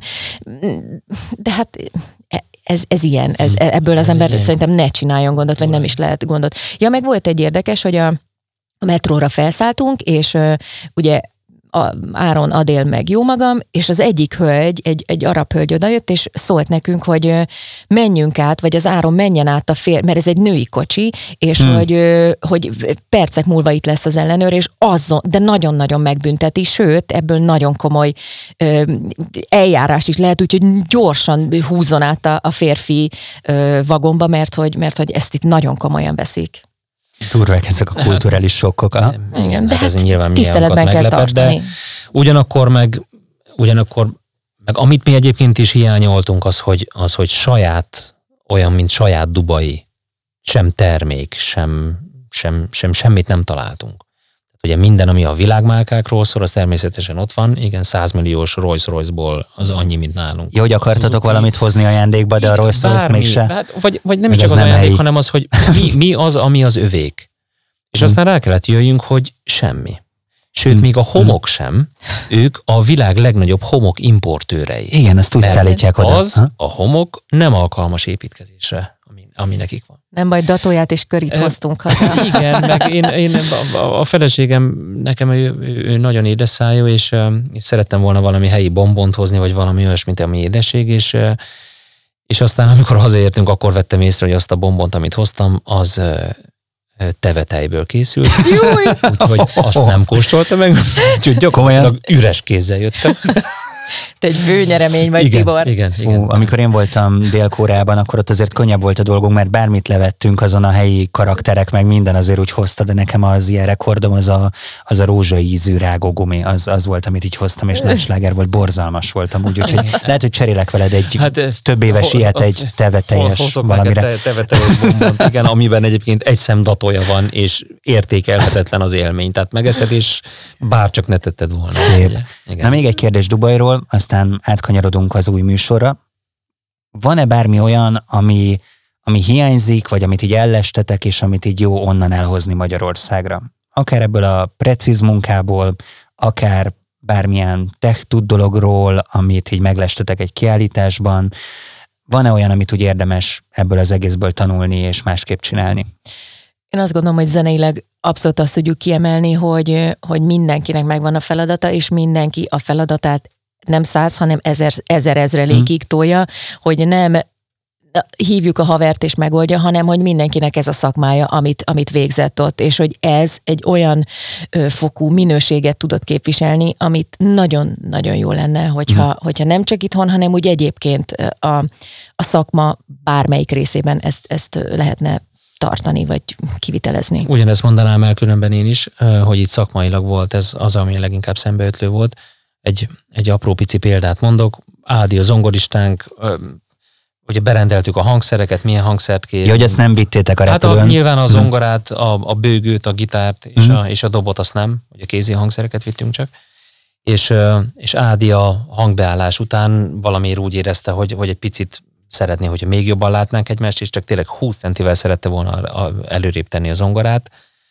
De hát ez, ez ilyen, ez, ebből az ez ember ilyen. Szerintem ne csináljon gondot, vagy nem is lehet gondot. Ja, meg volt egy érdekes, hogy a A metróra felszálltunk, és uh, ugye a Áron, Adél meg jó magam, és az egyik hölgy, egy, egy arab hölgy odajött, és szólt nekünk, hogy uh, menjünk át, vagy az Áron menjen át a fér, mert ez egy női kocsi, és hmm. hogy, uh, hogy percek múlva itt lesz az ellenőr, és azon, de nagyon-nagyon megbünteti, sőt, ebből nagyon komoly uh, eljárás is lehet, úgyhogy gyorsan húzzon át a, a férfi uh, vagomba, mert hogy, mert hogy ezt itt nagyon komolyan veszik. Durvák ezek a kulturális sokkok. Aha. Igen, de hát hát ez nyilván tiszteletben kell meglepett, tartani. De ugyanakkor meg, ugyanakkor meg amit mi egyébként is hiányoltunk, az hogy, az, hogy saját, olyan, mint saját dubai, sem termék, sem, sem, sem semmit nem találtunk. Ugye minden, ami a világmárkákról szól, az természetesen ott van. Igen, százmilliós Rolls-Royce-ból az annyi, mint nálunk. Jó, hogy akartatok valamit hozni ajándékba, de a Rolls-Royce mégse. Hát, vagy, vagy nem csak az ajándék, helyi. Hanem az, hogy mi, mi az, ami az övék. És hmm. aztán rá kellett jöjjünk, hogy semmi. Sőt, hmm. még a homok sem, ők a világ legnagyobb homok importőrei. Igen, ezt úgy szállítják oda. Az ha? A homok nem alkalmas építkezésre, ami, ami nekik van. Nem baj, datóját és körít e, hoztunk haza. Igen, meg én, én a, a feleségem, nekem ő, ő nagyon édesszájú, és, és szerettem volna valami helyi bombont hozni, vagy valami olyasmit, ami édesség, és, és aztán amikor hazaértünk, akkor vettem észre, hogy azt a bombont, amit hoztam, az tevetejből készült. Úgyhogy azt nem kóstoltam meg, úgyhogy gyakorlatilag üres kézzel jöttem. Egy főnyeremény vagy, igen, Tibor. Igen, igen. Ú, amikor én voltam Dél-Koreában, akkor ott azért könnyebb volt a dolgunk, mert bármit levettünk, azon a helyi karakterek, meg minden azért úgy hozta, de nekem az ilyen rekordom az a, az a rózsai ízű rágógumi, az, az volt, amit így hoztam, és nagy sláger volt, borzalmas voltam, úgy, úgyhogy lehet, hogy cserélek veled egy hát, több éves ho, ilyet, egy teveteljes valamire. Te, teveteljes bombont, igen, amiben egyébként egy szemdatója van, és értékelhetetlen az élmény, tehát megeszed, és bárcsak ne tetted volna. Szép. Na még egy kérdés Dubajról, aztán átkanyarodunk az új műsorra. Van-e bármi olyan, ami, ami hiányzik, vagy amit így ellestetek, és amit így jó onnan elhozni Magyarországra? Akár ebből a precíz munkából, akár bármilyen tech tud dologról, amit így meglestetek egy kiállításban. Van-e olyan, amit úgy érdemes ebből az egészből tanulni, és másképp csinálni? Én azt gondolom, hogy zeneileg abszolút azt tudjuk kiemelni, hogy, hogy mindenkinek megvan a feladata, és mindenki a feladatát nem száz, hanem ezer, ezer ezrelékig hmm. tolja, hogy nem hívjuk a havert és megoldja, hanem hogy mindenkinek ez a szakmája, amit, amit végzett ott, és hogy ez egy olyan ö, fokú minőséget tudott képviselni, amit nagyon-nagyon jó lenne, hogyha, hmm. hogyha nem csak itthon, hanem úgy egyébként a, a szakma bármelyik részében ezt, ezt lehetne tartani, vagy kivitelezni. Ugyanezt mondanám el különben én is, hogy itt szakmailag volt ez az, ami leginkább szembeötlő volt. Egy, egy apró pici példát mondok. Ádi, a zongoristánk, ugye berendeltük a hangszereket, milyen hangszert kér. Ja, hogy ezt nem vittétek a repülőn. Hát a, nyilván a zongorát, a, a bőgőt, a gitárt és, mm. a, és a dobot azt nem, hogy a kézi hangszereket vittünk csak. És, és Ádi a hangbeállás után valamiért úgy érezte, hogy, hogy egy picit szeretné, hogyha még jobban látnánk egymást, és csak tényleg húsz centivel szerette volna előrébb tenni a zongorát.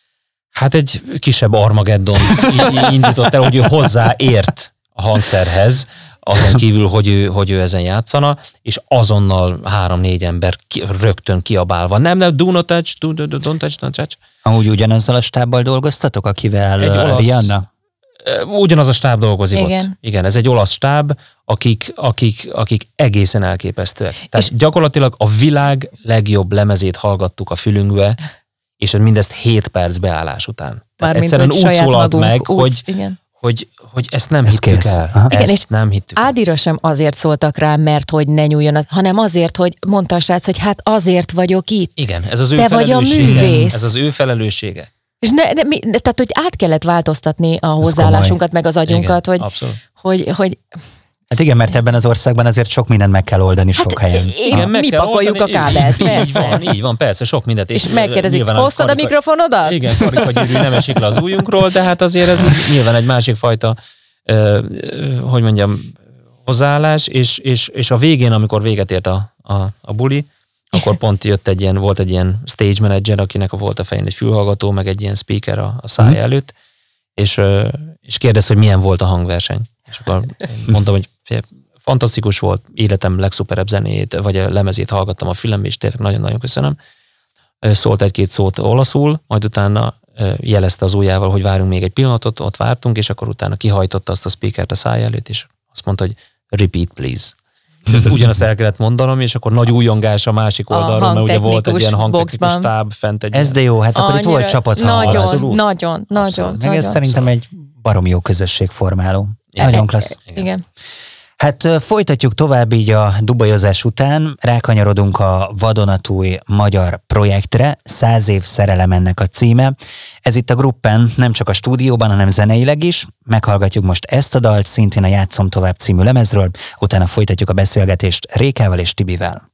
Hát egy kisebb Armageddon indított el, hogy ő hozzáért a hangszerhez, azon kívül, hogy ő, hogy ő ezen játszana, és azonnal három-négy ember ki, rögtön kiabálva. Nem, nem, do not touch, do, do, do, don't touch, don't touch. Amúgy ugyanazzal a stábbal dolgoztatok, akivel egy olasz, Rihanna? Ugyanaz a stáb dolgozik Igen. ott. Igen, ez egy olasz stáb, akik, akik, akik egészen elképesztőek. Tehát és gyakorlatilag a világ legjobb lemezét hallgattuk a fülünkbe, és mindezt hét perc beállás után. Tehát egyszerűen úgy szólalt meg, úgy, hogy, hogy, hogy ezt nem ez hittük kész. El. Aha. Igen, ezt és nem hittük Ádira el. Sem azért szóltak rá, mert hogy ne nyúljon, hanem azért, hogy mondta a srác, hogy hát azért vagyok itt. Igen, ez az ő Te felelőssége. Vagy a művész. Ez az ő felelőssége. És ne, ne, mi, tehát, hogy át kellett változtatni a hozzáállásunkat, meg az agyunkat, igen, hogy, hogy, hogy... Hát igen, mert ebben az országban azért sok mindent meg kell oldani hát sok helyen. Igen, mi pakoljuk oldani, a kábelt, így, persze. Így van, így van, persze, sok mindent. És, és megkérdezik, hoztad a mikrofonodat? Igen, karikagyűrű nem esik le az ujjunkról, de hát azért ez így nyilván egy másik fajta, ö, ö, hogy mondjam, hozzáállás, és, és, és a végén, amikor véget ért a, a, a buli, akkor pont jött egy ilyen, volt egy ilyen stage manager, akinek volt a fején egy fülhallgató, meg egy ilyen speaker a, a száj előtt, és, és kérdezte, hogy milyen volt a hangverseny. És akkor mondtam, hogy fantasztikus volt, életem legszuperebb zenéjét, vagy a lemezét hallgattam a fülembe, és tényleg nagyon-nagyon köszönöm. Szólt egy-két szót olaszul, majd utána jelezte az ujjával, hogy várunk még egy pillanatot, ott vártunk, és akkor utána kihajtotta azt a speakert a száj előtt, és azt mondta, hogy repeat please. Ezt ugyanazt el kellett mondanom, és akkor nagy újongás a másik oldalról, mert ugye volt egy ilyen hangtechnikus stáb fent egy... Ez de jó, hát akkor Annyira, itt volt csapat. Nagyon, Abszolút. nagyon, nagyon, Abszolút. Meg nagyon. ez szerintem egy baromi jó közösségformáló. Igen. Nagyon klassz. Igen. Igen. Hát folytatjuk tovább így a dubajozás után, rákanyarodunk a vadonatúj magyar projektre, Száz év szerelem ennek a címe. Ez itt a Gruppen nem csak a stúdióban, hanem zeneileg is. Meghallgatjuk most ezt a dalt, szintén a Játszom tovább című lemezről, utána folytatjuk a beszélgetést Rékával és Tibivel.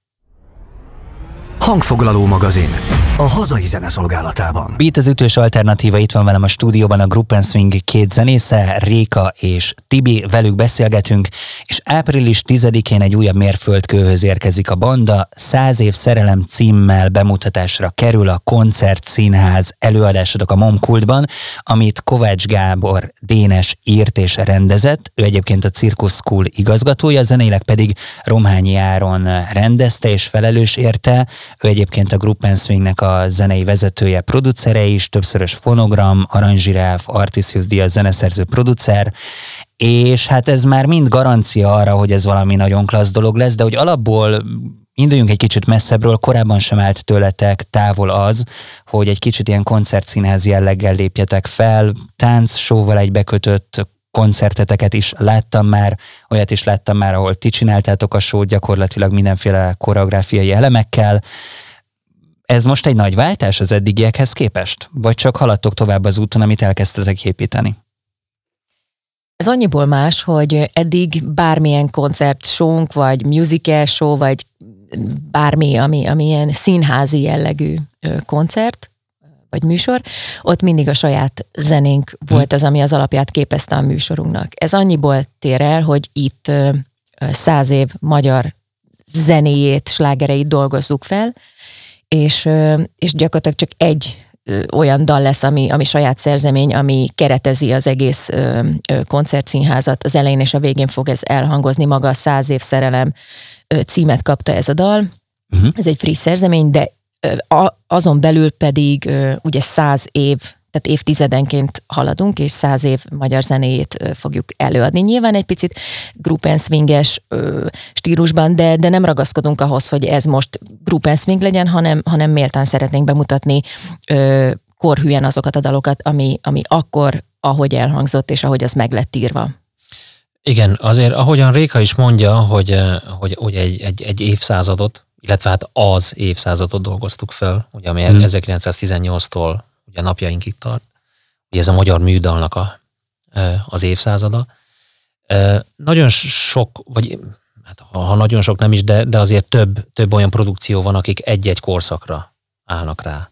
Hangfoglaló magazin a hazai zene szolgálatában. Beat az ütős alternatíva, itt van velem a stúdióban a Gruppen Swing két zenésze, Réka és Tibi, velük beszélgetünk, és április tizedikén egy újabb mérföldkőhöz érkezik a banda, Száz év szerelem címmel bemutatásra kerül a koncertszínház előadásodok a Momkultban, amit Kovács Gábor Dénes írt és rendezett, ő egyébként a Circus School igazgatója, zeneileg pedig Romhányi Áron rendezte és felelős érte. Ő egyébként a Gruppen Swingnek a zenei vezetője, producere is, többszörös fonogram, aranzsiráf, Artisius díjas zeneszerző, producer, és hát ez már mind garancia arra, hogy ez valami nagyon klassz dolog lesz, de hogy alapból induljunk egy kicsit messzebbről, korábban sem állt tőletek távol az, hogy egy kicsit ilyen koncertszínház jelleggel lépjetek fel, tánc showval egybekötött koncerteteket is láttam már, olyat is láttam már, ahol ti csináltátok a show-t gyakorlatilag mindenféle koreográfiai elemekkel. Ez most egy nagy váltás az eddigiekhez képest? Vagy csak haladtok tovább az úton, amit elkezdtetek építeni? Ez annyiból más, hogy eddig bármilyen koncert showunk, vagy musical show, vagy bármi, ami, ami ilyen színházi jellegű koncert, vagy műsor, ott mindig a saját zenénk volt az, ami az alapját képezte a műsorunknak. Ez annyiból tér el, hogy itt száz év magyar zenéjét, slágereit dolgozzuk fel, és, és gyakorlatilag csak egy olyan dal lesz, ami, ami saját szerzemény, ami keretezi az egész ö, ö, koncertszínházat. Az elején és a végén fog ez elhangozni, maga a Száz év szerelem ö, címet kapta ez a dal. Uh-huh. Ez egy free szerzemény, de ö, a, azon belül pedig ö, ugye száz év, tehát évtizedenként haladunk, és száz év magyar zenéjét ö, fogjuk előadni. Nyilván egy picit group and swinges ö, stílusban, de, de nem ragaszkodunk ahhoz, hogy ez most group and swing legyen, hanem, hanem méltán szeretnénk bemutatni ö, korhűen azokat a dalokat, ami, ami akkor, ahogy elhangzott, és ahogy az meg lett írva. Igen, azért ahogyan Réka is mondja, hogy, hogy, hogy egy, egy, egy évszázadot, illetve hát az évszázadot dolgoztuk fel, ugye, ami hmm. ezerkilencszáztizennyolctól ugye napjainkig tart, ugye ez a magyar műdalnak a, az évszázada. Nagyon sok, vagy hát ha nagyon sok nem is, de, de azért több, több olyan produkció van, akik egy-egy korszakra állnak rá.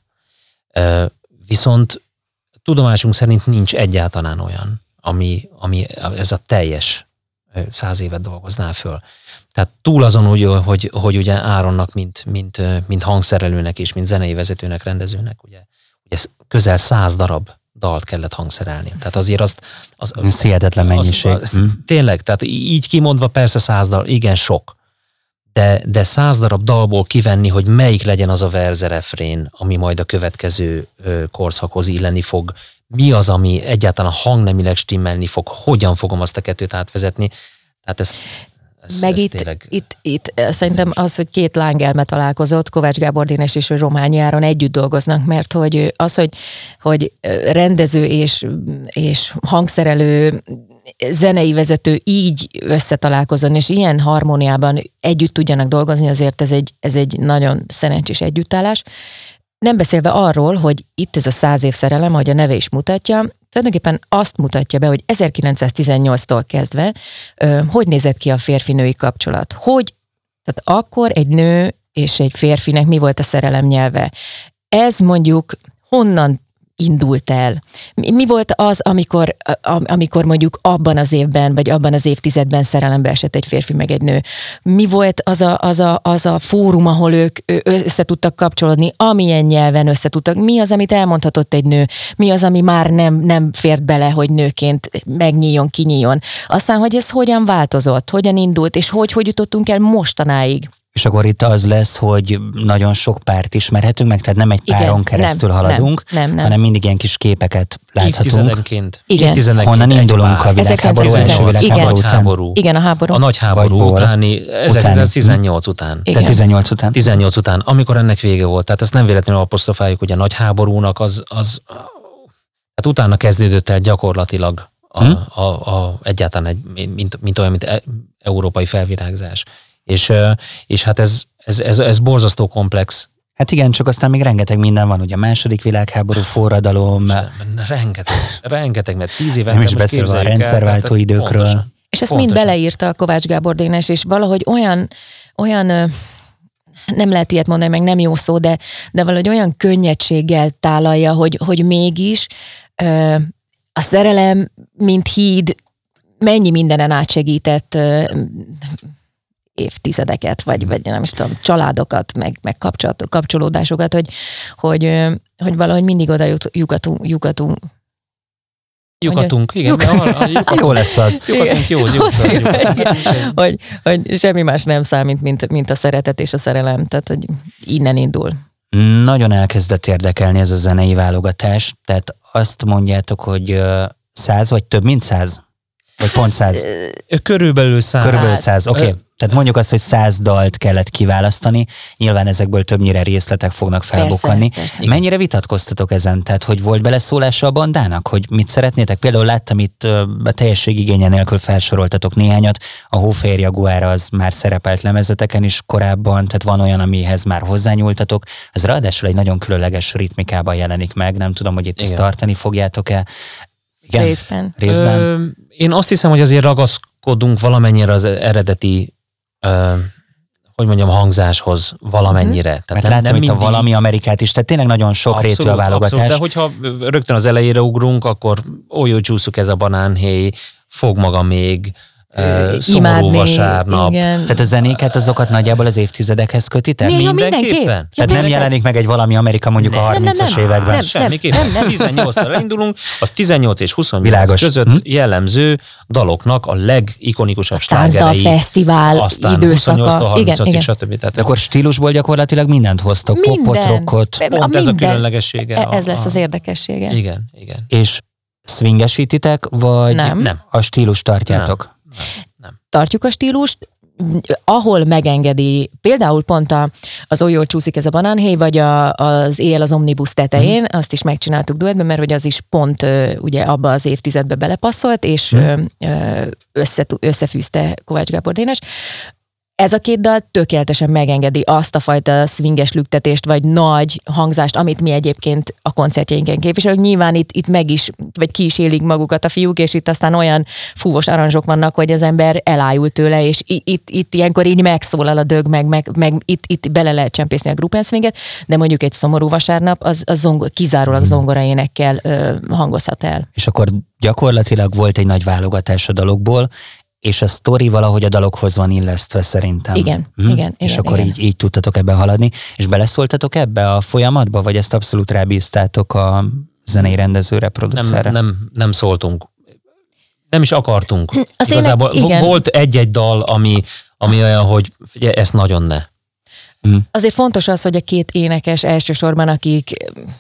Viszont tudomásunk szerint nincs egyáltalán olyan, ami, ami ez a teljes száz évet dolgozná föl. Tehát túl azon úgy, hogy, hogy ugye Áronnak, mint, mint, mint hangszerelőnek és mint zenei vezetőnek, rendezőnek, ugye, ugye közel száz darab dalt kellett hangszerelni. Tehát azért azt... Az, Ez hihetetlen mennyiség. Az, az, tényleg, tehát így kimondva persze száz dal, igen sok. De, de száz darab dalból kivenni, hogy melyik legyen az a verze refrén, ami majd a következő ö, korszakhoz illeni fog, mi az, ami egyáltalán hangnemileg stimmelni fog, hogyan fogom azt a kettőt átvezetni. Tehát ez, ez, Meg ez itt, tényleg... itt, itt szerintem az, hogy két lángelme találkozott, Kovács Gábor Dénes és Romhányi Áron együtt dolgoznak, mert hogy az, hogy, hogy rendező és, és hangszerelő, zenei vezető így összetalálkozon, és ilyen harmóniában együtt tudjanak dolgozni, azért ez egy, ez egy nagyon szerencsés együttállás. Nem beszélve arról, hogy itt ez a száz év szerelem, ahogy a neve is mutatja, tulajdonképpen azt mutatja be, hogy ezerkilencszáztizennyolctól kezdve ö, hogy nézett ki a férfi-női kapcsolat. Hogy, tehát akkor egy nő és egy férfinek mi volt a szerelem nyelve. Ez mondjuk honnan indult el? Mi, mi volt az, amikor, amikor mondjuk abban az évben, vagy abban az évtizedben szerelembe esett egy férfi meg egy nő? Mi volt az a, az a, az a fórum, ahol ők össze tudtak kapcsolódni, amilyen nyelven össze tudtak? Mi az, amit elmondhatott egy nő? Mi az, ami már nem, nem fért bele, hogy nőként megnyíljon, kinyíljon? Aztán, hogy ez hogyan változott, hogyan indult, és hogy, hogy jutottunk el mostanáig? És akkor itt az lesz, hogy nagyon sok párt ismerhetünk meg, tehát nem egy páron Igen, keresztül nem, haladunk, nem, nem, nem. hanem mindig ilyen kis képeket láthatunk. Évtizedenként. Igen. Évtizedenként Honnan indulunk a világháború, első világháború után. háború. Igen, a háború. A nagy háború utáni, ezerkilencszáztizennyolc után. Tehát tizennyolc után. tizennyolc után, amikor ennek vége volt. Tehát ezt nem véletlenül apostrofáljuk, hogy a nagy háborúnak az, az hát utána kezdődött el gyakorlatilag a, hmm? a, a, egyáltalán egy, mint, mint olyan, mint európai felvirágzás. És, és hát ez, ez, ez, ez borzasztó komplex. Hát igen, csak aztán még rengeteg minden van, ugye a második világháború, forradalom. Rengeteg, rengeteg, mert tíz évet nem is beszélve a rendszerváltó el, időkről. Pontosan, és ezt pontosan. mind beleírta a Kovács Gábor Dénes, és valahogy olyan, olyan nem lehet ilyet mondani, meg nem jó szó, de, de valahogy olyan könnyedséggel tálalja, hogy, hogy mégis a szerelem, mint híd, mennyi mindenen átsegített évtizedeket, vagy, vagy nem is tudom, családokat, meg, meg kapcsolódásokat, hogy, hogy, hogy valahogy mindig oda jugatunk, jugatunk. Lyukatunk, igen. Lyukatunk. Jó lesz az. Lyukatunk, jó, jó, hogy, hogy semmi más nem számít, mint, mint a szeretet és a szerelem, tehát hogy innen indul. Nagyon elkezdett érdekelni ez a zenei válogatás, tehát azt mondjátok, hogy száz vagy több mint száz? Vagy pont száz? Körülbelül száz. Körülbelül száz, oké. Okay. Tehát mondjuk azt, hogy száz dalt kellett kiválasztani, nyilván ezekből többnyire részletek fognak felbukkanni. Persze, persze. Mennyire vitatkoztatok ezen? Tehát, hogy volt beleszólása a bandának? Hogy mit szeretnétek? Például láttam itt a teljesség igénye nélkül felsoroltatok néhányat. A Hófehér Jaguár az már szerepelt lemezeteken is korábban, tehát van olyan, amihez már hozzányúltatok. Ez ráadásul egy nagyon különleges ritmikában jelenik meg. Nem tudom, hogy itt Igen. ezt tartani fogjátok-e. Igen? Részben. Részben. Ö, én azt hiszem, hogy azért ragaszkodunk valamennyire az eredeti, ö, hogy mondjam, hangzáshoz valamennyire. Tehát Mert nem, láttam nem itt mindig... a Valami Amerikát is, tehát tényleg nagyon sok rétű a válogatás. Abszolút, de hogyha rögtön az elejére ugrunk, akkor ó, jó csúszuk ez a banánhéj, fog maga még, Uh, szomorú imádni, vasárnap. Igen. Tehát a zenéket azokat nagyjából az évtizedekhez kötitek? Mi, ja, Mindenképpen. mindenképp. Tehát Ja, nem jelenik meg egy Valami Amerika mondjuk nem, a harmincas nem, nem, években? nem. Semmiképpen. nem, nem. tizennyolcra indulunk, az tizennyolc és huszonnyolc Világos. között hm? jellemző daloknak a legikonikusabb A Táncdal slágerei. Fesztivál Aztán időszaka. huszonnyolctól harmincnyolcig, Igen, stb. Tehát De akkor stílusból gyakorlatilag mindent hoztok, Minden. popot, rockot, pont ez a minden. különlegessége. E- Ez a- lesz az érdekessége. Igen, igen. és swingesítitek, vagy Nem. Nem. a stílus tartjátok? Tartjuk a stílust, ahol megengedi, például pont a, az Oly jól csúszik ez a banánhéj, vagy a, az Éjjel az omnibus tetején, mm. azt is megcsináltuk duettben, mert hogy az is pont ö, ugye abba az évtizedbe belepasszolt, és mm. ö, össze, összefűzte Kovács Gábor Dénes. Ez a két dal tökéletesen megengedi azt a fajta swinges lüktetést, vagy nagy hangzást, amit mi egyébként a koncertjeinken képviselünk. Nyilván itt, itt meg is, vagy ki is élik magukat a fiúk, és itt aztán olyan fúvos aranzsok vannak, hogy az ember elájul tőle, és itt, itt, itt ilyenkor így megszólal a dög, meg, meg, meg itt, itt bele lehet csempészni a gruppen swinget, de mondjuk egy szomorú vasárnap, az, az zongor, kizárólag zongoraénekkel ö, hangozhat el. És akkor gyakorlatilag volt egy nagy válogatás a dalokból, és a sztori valahogy a dalokhoz van illesztve szerintem. Igen, hm? igen. És igen, akkor igen. Így, így tudtatok ebben haladni. És beleszóltatok ebbe a folyamatba, vagy ezt abszolút rábíztátok a zenei rendezőre, producerre? Nem, nem, nem szóltunk. Nem is akartunk. Az Igazából ének, igen. volt egy-egy dal, ami, ami olyan, hogy figyelj, ezt nagyon ne. Hm. Azért fontos az, hogy a két énekes elsősorban, akik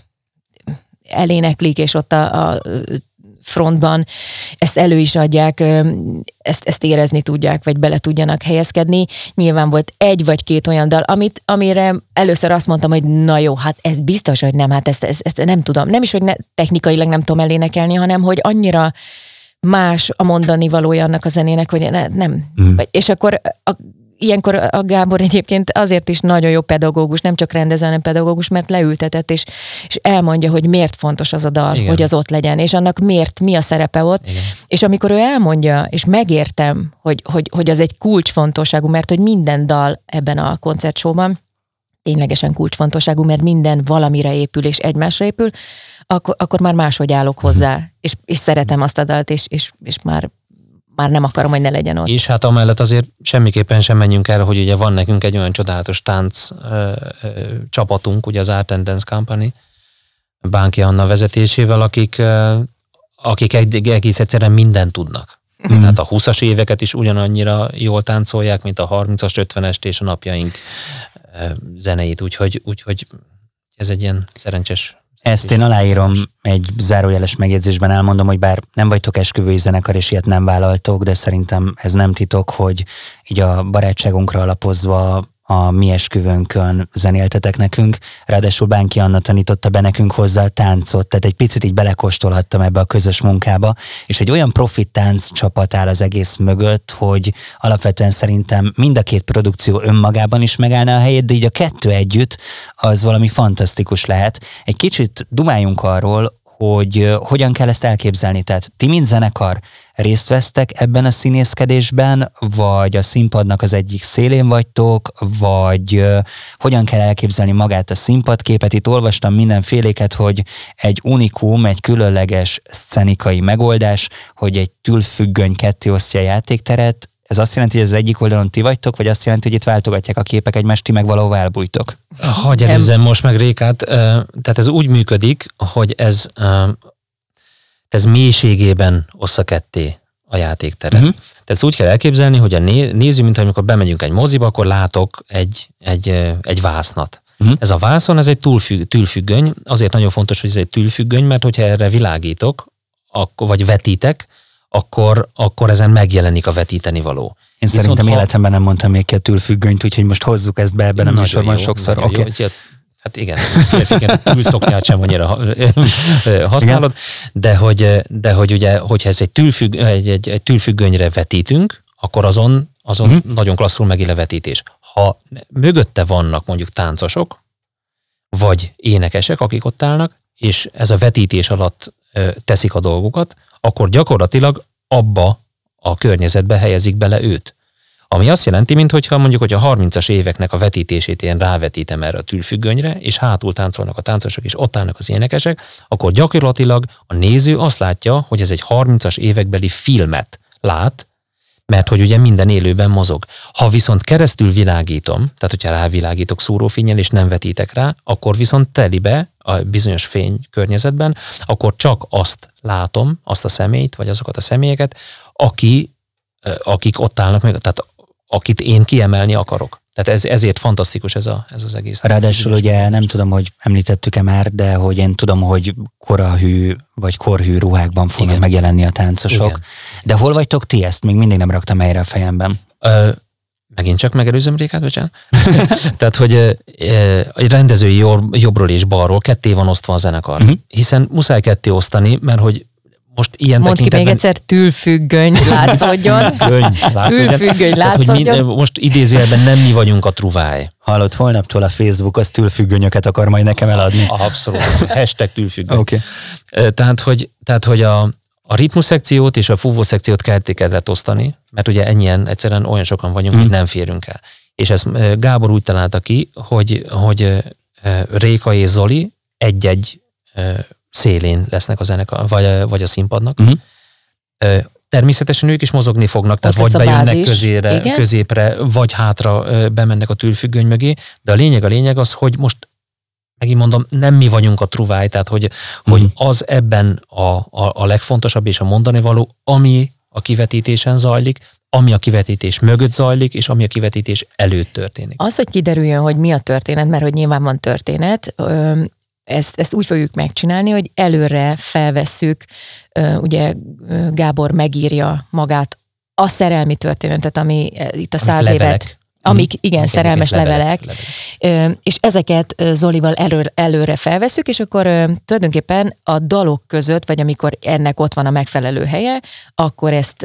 eléneklik, és ott a, a frontban ezt elő is adják, ezt, ezt érezni tudják, vagy bele tudjanak helyezkedni. Nyilván volt egy vagy két olyan dal, amit, amire először azt mondtam, hogy na jó, hát ez biztos, hogy nem, hát ezt, ezt, ezt nem tudom. Nem is, hogy ne, technikailag nem tudom elénekelni, hanem hogy annyira más a mondani valója annak a zenének, hogy ne, nem. Mm. És akkor a, ilyenkor a Gábor egyébként azért is nagyon jó pedagógus, nem csak rendező, hanem pedagógus, mert leültetett, és, és elmondja, hogy miért fontos az a dal, igen. hogy az ott legyen, és annak miért, mi a szerepe ott. Igen. És amikor ő elmondja, és megértem, hogy, hogy, hogy az egy kulcsfontosságú, mert hogy minden dal ebben a koncertsóban ténylegesen kulcsfontosságú, mert minden valamire épül, és egymásra épül, akkor, akkor már máshogy állok hozzá, és, és szeretem azt a dalt, és, és, és már már nem akarom, hogy ne legyen ott. És hát amellett azért semmiképpen sem menjünk el, hogy ugye van nekünk egy olyan csodálatos tánc ö, ö, csapatunk, ugye az Art and Dance Company, Bánki Anna vezetésével, akik, ö, akik egész egyszerűen mindent tudnak. Mm. Tehát a húszas éveket is ugyanannyira jól táncolják, mint a harmincas, ötvenest és a napjaink ö, zeneit, úgyhogy, úgyhogy ez egy ilyen szerencsés. Ezt én aláírom, egy zárójeles megjegyzésben elmondom, hogy bár nem vagytok esküvői zenekar, és ilyet nem vállaltok, de szerintem ez nem titok, hogy így a barátságunkra alapozva a mi esküvőnkön zenéltetek nekünk, ráadásul Bánki Anna tanította be nekünk hozzá a táncot, tehát egy picit így belekóstolhattam ebbe a közös munkába, és egy olyan profi tánccsapat áll az egész mögött, hogy alapvetően szerintem mind a két produkció önmagában is megállná a helyét, de így a kettő együtt az valami fantasztikus lehet. Egy kicsit dumáljunk arról, hogy hogyan kell ezt elképzelni. Tehát ti, mint zenekar, részt vesztek ebben a színészkedésben, vagy a színpadnak az egyik szélén vagytok, vagy uh, hogyan kell elképzelni magát a színpadképet? Itt olvastam mindenféléket, hogy egy unikum, egy különleges szcenikai megoldás, hogy egy tülfüggöny ketté osztja a játékteret. Ez azt jelenti, hogy az egyik oldalon ti vagytok, vagy azt jelenti, hogy itt váltogatják a képek egymást, ti meg valahol elbújtok? Hagyj előzzem most meg Rékát. Tehát ez úgy működik, hogy ez, ez mélységében ossza ketté a játékteret. Uh-huh. Tehát ezt úgy kell elképzelni, hogy a néző, mint amikor bemegyünk egy moziba, akkor látok egy, egy, egy vásznat. Uh-huh. Ez a vászon, ez egy túlfügg, tülfüggöny. Azért nagyon fontos, hogy ez egy tülfüggöny, mert hogyha erre világítok, akkor, vagy vetítek, akkor, akkor ezen megjelenik a vetíteni való. Én Viszont szerintem ha... életemben nem mondtam még ki a tülfüggönyt, úgyhogy most hozzuk ezt be ebben a műsorban sokszor. Okay. Jó, hát igen, férfiként tülszoknyát sem annyira használod, de hogy, de hogy ugye, hogyha ez egy, tülfügg, egy, egy, egy tülfüggönyre vetítünk, akkor azon, azon uh-huh. nagyon klasszul megél a vetítés. Ha mögötte vannak mondjuk táncosok, vagy énekesek, akik ott állnak, és ez a vetítés alatt teszik a dolgokat, akkor gyakorlatilag abba a környezetbe helyezik bele őt. Ami azt jelenti, mintha mondjuk, hogy a harmincas éveknek a vetítését én rávetítem erre a tülfüggönyre, és hátul táncolnak a táncosok, és ott állnak az énekesek, akkor gyakorlatilag a néző azt látja, hogy ez egy harmincas évekbeli filmet lát, mert hogy ugye minden élőben mozog. Ha viszont keresztül világítom, tehát hogyha rávilágítok szúrófénnyel és nem vetítek rá, akkor viszont telibe a bizonyos fény környezetben, akkor csak azt látom, azt a személyt, vagy azokat a személyeket, aki, akik ott állnak meg, tehát akit én kiemelni akarok. Tehát ez, ezért fantasztikus ez, a, ez az egész. Ráadásul ugye nem tudom, hogy említettük-e már, de hogy én tudom, hogy korahű vagy korhű ruhákban fognak Igen. megjelenni a táncosok. Igen. De hol vagytok ti? Ezt még mindig nem raktam helyre a fejemben. Ö, megint csak megelőzöm Rékát, bocsánat. Tehát, hogy a rendezői jobbról és balról ketté van osztva a zenekar. Uh-huh. Hiszen muszáj ketté osztani, mert hogy most ilyen Mondd ki még egyszer, tülfüggöny látszódjon. Tülfüggöny látszódjon. Tehát, mi, most idézőjelben nem mi vagyunk a truváj. Hallott, holnaptól a Facebook az tülfüggönyöket akar majd nekem eladni. Abszolút. Hashtag tülfüggöny. Okay. Tehát, hogy, tehát, hogy a, a ritmus szekciót és a fúvó szekciót ketté kellett osztani, mert ugye ennyien egyszerűen olyan sokan vagyunk, hmm. hogy nem férünk el. És ezt Gábor úgy találta ki, hogy, hogy Réka és Zoli egy-egy szélén lesznek a zenekar, vagy, vagy a színpadnak. Uh-huh. Természetesen ők is mozogni fognak, tehát vagy bejönnek közére, középre, vagy hátra bemennek a tülfüggöny mögé, de a lényeg a lényeg az, hogy most megint mondom, nem mi vagyunk a truváj, tehát hogy, uh-huh. hogy az ebben a, a, a legfontosabb és a mondani való, ami a kivetítésen zajlik, ami a kivetítés mögött zajlik, és ami a kivetítés előtt történik. Az, hogy kiderüljön, hogy mi a történet, mert hogy nyilván van történet, Ezt, ezt úgy fogjuk megcsinálni, hogy előre felvesszük, ugye Gábor megírja magát a szerelmi történetet, ami itt a száz levelek. évet, amik igen, igen szerelmes levelek, levelek, levelek, és ezeket Zolival elő, előre felvesszük, és akkor tulajdonképpen a dalok között, vagy amikor ennek ott van a megfelelő helye, akkor ezt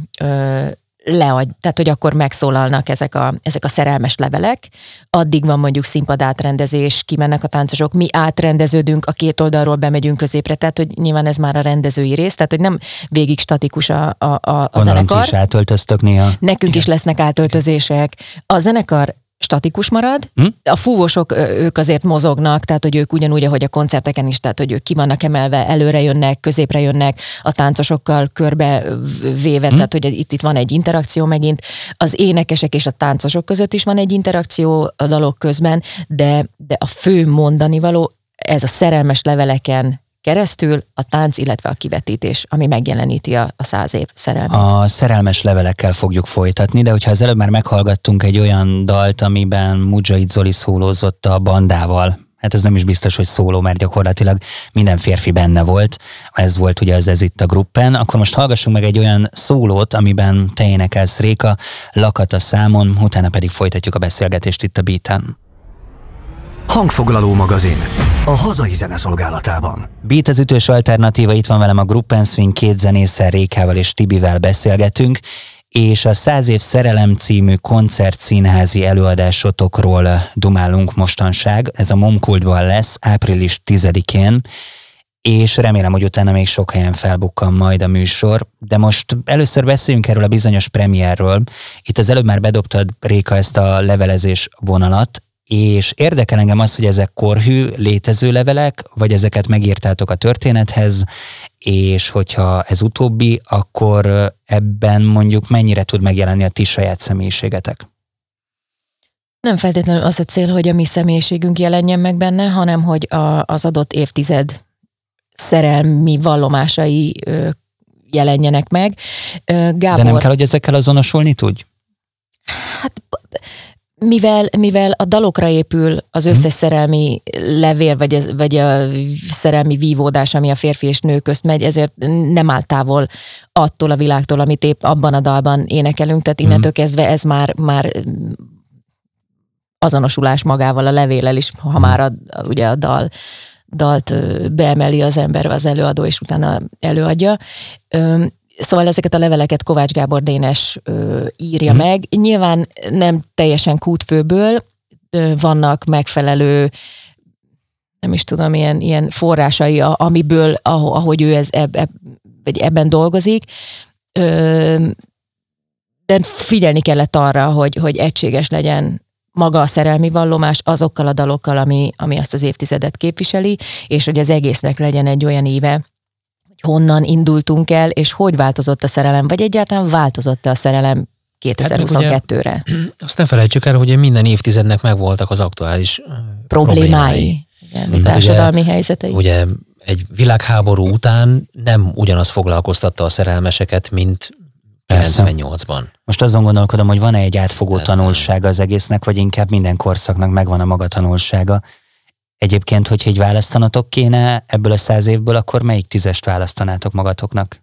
leadj, tehát hogy akkor megszólalnak ezek a, ezek a szerelmes levelek, addig van mondjuk színpad átrendezés, kimennek a táncosok, mi átrendeződünk, a két oldalról bemegyünk középre, tehát hogy nyilván ez már a rendezői rész, tehát hogy nem végig statikus a, a, a, a zenekar. Is átöltöztök néha. Nekünk Igen. is lesznek átöltözések. A zenekar statikus marad, hm? A fúvósok, ők azért mozognak, tehát hogy ők ugyanúgy, ahogy a koncerteken is, tehát hogy ők ki vannak emelve, előre jönnek, középre jönnek, a táncosokkal körbe véve, hm? tehát hogy itt, itt van egy interakció megint. Az énekesek és a táncosok között is van egy interakció a dalok közben, de, de a fő mondani való, ez a szerelmes leveleken keresztül a tánc, illetve a kivetítés, ami megjeleníti a, a száz év szerelmét. A szerelmes levelekkel fogjuk folytatni, de hogyha az előbb már meghallgattunk egy olyan dalt, amiben Mudzsait Zoli szólózott a bandával, hát ez nem is biztos, hogy szóló, mert gyakorlatilag minden férfi benne volt, ez volt ugye az Ez itt a Gruppen, akkor most hallgassunk meg egy olyan szólót, amiben te énekelsz, Réka, Lakat a számon, utána pedig folytatjuk a beszélgetést itt a Beaten. Hangfoglaló magazin a hazai zeneszolgálatában. Beat az ütős alternatíva, itt van velem a Gruppen Swing, két zenésszel, Rékával és Tibivel beszélgetünk, és a száz év szerelem című koncertszínházi előadásotokról dumálunk mostanság. Ez a Momkultban lesz április tizedikén, és remélem, hogy utána még sok helyen felbukkan majd a műsor, de most először beszéljünk erről a bizonyos premierről. Itt az előbb már bedobtad, Réka, ezt a levelezés vonalat, és érdekel engem az, hogy ezek korhű, létező levelek, vagy ezeket megírtátok a történethez, és hogyha ez utóbbi, akkor ebben mondjuk mennyire tud megjelenni a ti saját személyiségetek? Nem feltétlenül az a cél, hogy a mi személyiségünk jelenjen meg benne, hanem hogy a, az adott évtized szerelmi vallomásai ö, jelenjenek meg. Gábor... De nem kell, hogy ezekkel azonosulni tudj? Hát... mivel, mivel a dalokra épül az összes szerelmi levél, vagy, ez, vagy a szerelmi vívódás, ami a férfi és nő közt megy, ezért nem áll távol attól a világtól, amit épp abban a dalban énekelünk, tehát innentől kezdve ez már, már azonosulás magával a levéllel is, ha már a, ugye a dal, dalt beemeli az ember, az előadó, és utána előadja. Szóval ezeket a leveleket Kovács Gábor Dénes ö, írja hmm. meg. Nyilván nem teljesen kútfőből, vannak megfelelő, nem is tudom, ilyen, ilyen forrásai, amiből, ahogy ő ez, eb, eb, vagy ebben dolgozik. Ö, de figyelni kellett arra, hogy, hogy egységes legyen maga a szerelmi vallomás azokkal a dalokkal, ami, ami azt az évtizedet képviseli, és hogy az egésznek legyen egy olyan éve, honnan indultunk el, és hogy változott a szerelem, vagy egyáltalán változott-e a szerelem kétezer-huszonkettőre? Hát ugye, azt ne felejtsük el, hogy minden évtizednek megvoltak az aktuális problémái. problémái. Igen, hmm. társadalmi ugye, helyzetei. Ugye egy világháború után nem ugyanaz foglalkoztatta a szerelmeseket, mint kilencvennyolcban. Most azon gondolkodom, hogy van-e egy átfogó Tehát, tanulsága az egésznek, vagy inkább minden korszaknak megvan a maga tanulsága. Egyébként, hogyha így választanatok kéne ebből a száz évből, akkor melyik tízest választanátok magatoknak?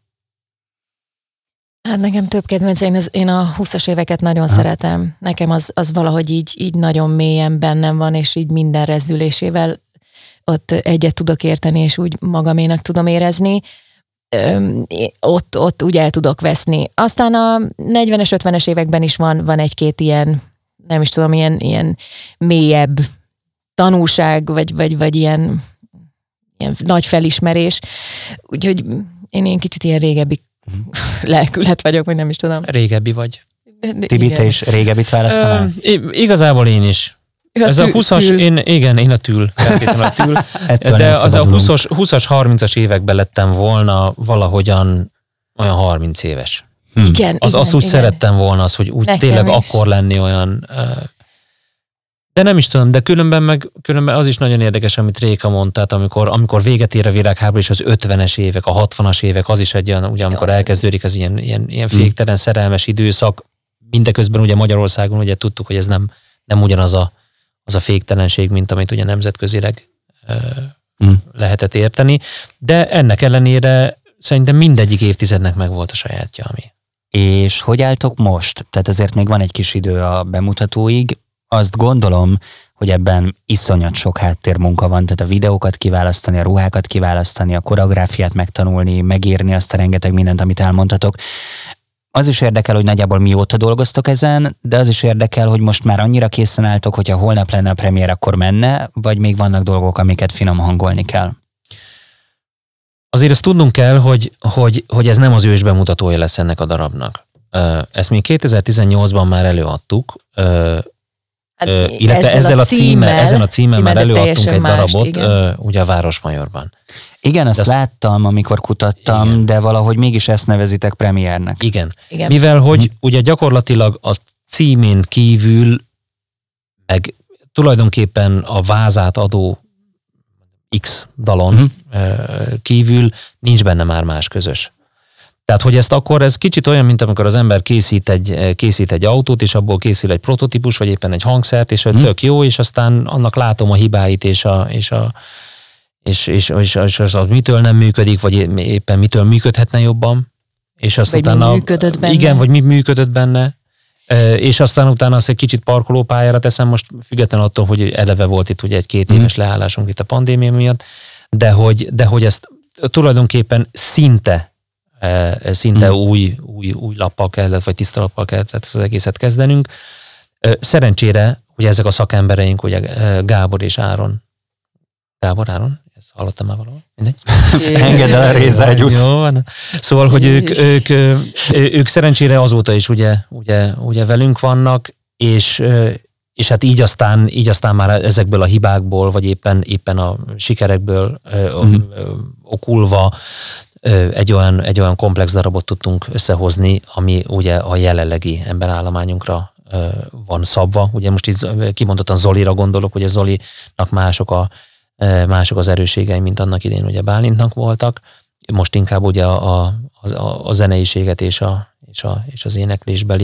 Hát nekem több kedvenc, én, az, én a húszas éveket nagyon ha. szeretem. Nekem az, az valahogy így, így nagyon mélyen bennem van, és így minden rezdülésével ott egyet tudok érteni, és úgy magaménak tudom érezni. Öm, ott, ott úgy el tudok veszni. Aztán a negyvenes, ötvenes években is van, van egy-két ilyen, nem is tudom, ilyen, ilyen mélyebb tanulság, vagy, vagy, vagy ilyen, ilyen nagy felismerés. Úgyhogy én ilyen kicsit ilyen régebbi lelkület vagyok, vagy nem is tudom. Régebbi vagy. Tibi, te is régebbit választanál? Uh, igazából én is. A Ez tül, a huszas, én, igen, én a tül, a tül de az a húszas, harmincas években lettem volna valahogyan olyan harminc éves. Hmm. Igen, az, igen, azt úgy igen. szerettem volna, az, hogy úgy Nekem tényleg is. akkor lenni olyan... De nem is tudom, de különben meg különben az is nagyon érdekes, amit Réka mondta, tehát amikor, amikor véget ér a világháború, és az ötvenes évek, a hatvanas évek, az is egy olyan, ugye amikor elkezdődik az ilyen, ilyen, ilyen féktelen szerelmes időszak, mindeközben ugye Magyarországon ugye tudtuk, hogy ez nem, nem ugyanaz a, az a féktelenség, mint amit ugye nemzetközileg ö, mm. lehetett érteni, de ennek ellenére szerintem mindegyik évtizednek megvolt a sajátja, ami. És hogy álltok most? Tehát azért még van egy kis idő a bemutatóig. Azt gondolom, hogy ebben iszonyat sok háttérmunka van, tehát a videókat kiválasztani, a ruhákat kiválasztani, a koreográfiát megtanulni, megírni azt a rengeteg mindent, amit elmondhatok. Az is érdekel, hogy nagyjából mióta dolgoztok ezen, de az is érdekel, hogy most már annyira készen álltok, hogyha holnap lenne a premier, akkor menne, vagy még vannak dolgok, amiket finom hangolni kell? Azért azt tudnunk kell, hogy, hogy, hogy ez nem az ős bemutatója lesz ennek a darabnak. Ezt mi kétezer-tizennyolcban már előadtuk, Hát uh, illetve ezzel, ezzel a címmel, címmel ezen a címmel már előadtunk egy mást, darabot, uh, ugye a Városmajorban. Igen, azt, azt láttam, amikor kutattam, igen. De valahogy mégis ezt nevezitek premiernek. Igen, igen. Mivel hogy hm. ugye gyakorlatilag a címén kívül, meg tulajdonképpen a vázát adó X dalon hm. uh, kívül nincs benne már más közös. Tehát, hogy ezt akkor, ez kicsit olyan, mint amikor az ember készít egy, készít egy autót, és abból készül egy prototípus, vagy éppen egy hangszert, és hmm. tök jó, és aztán annak látom a hibáit, és, a, és, a, és, és, és, és az, az mitől nem működik, vagy éppen mitől működhetne jobban. És azt vagy utána, mi működött benne. Igen, vagy mi működött benne. És aztán utána azt egy kicsit parkolópályára teszem, most függetlenül attól, hogy eleve volt itt ugye egy két hmm. éves leállásunk itt a pandémia miatt, de hogy, de hogy ezt tulajdonképpen szinte szinte hmm. új, új, új lappal kellett, vagy tiszta lappal kellett ezt az egészet kezdenünk. Szerencsére, hogy ezek a szakembereink, ugye Gábor és Áron. Gábor, Áron? Ezt hallottam már valahol? Mindegy? Engedd el a rézágyút. Jó van. Szóval, hogy ők, ők, ők szerencsére azóta is ugye, ugye, ugye velünk vannak, és, és hát így aztán, így aztán már ezekből a hibákból, vagy éppen, éppen a sikerekből hmm. okulva egy olyan, egy olyan komplex darabot tudtunk összehozni, ami ugye a jelenlegi emberállományunkra van szabva. Ugye most így kimondottan Zolira gondolok, ugye Zolinak mások, a, mások az erősségei, mint annak idén ugye Bálintnak voltak. Most inkább ugye a, a, a zeneiséget és, a, és, a, és az éneklésbeli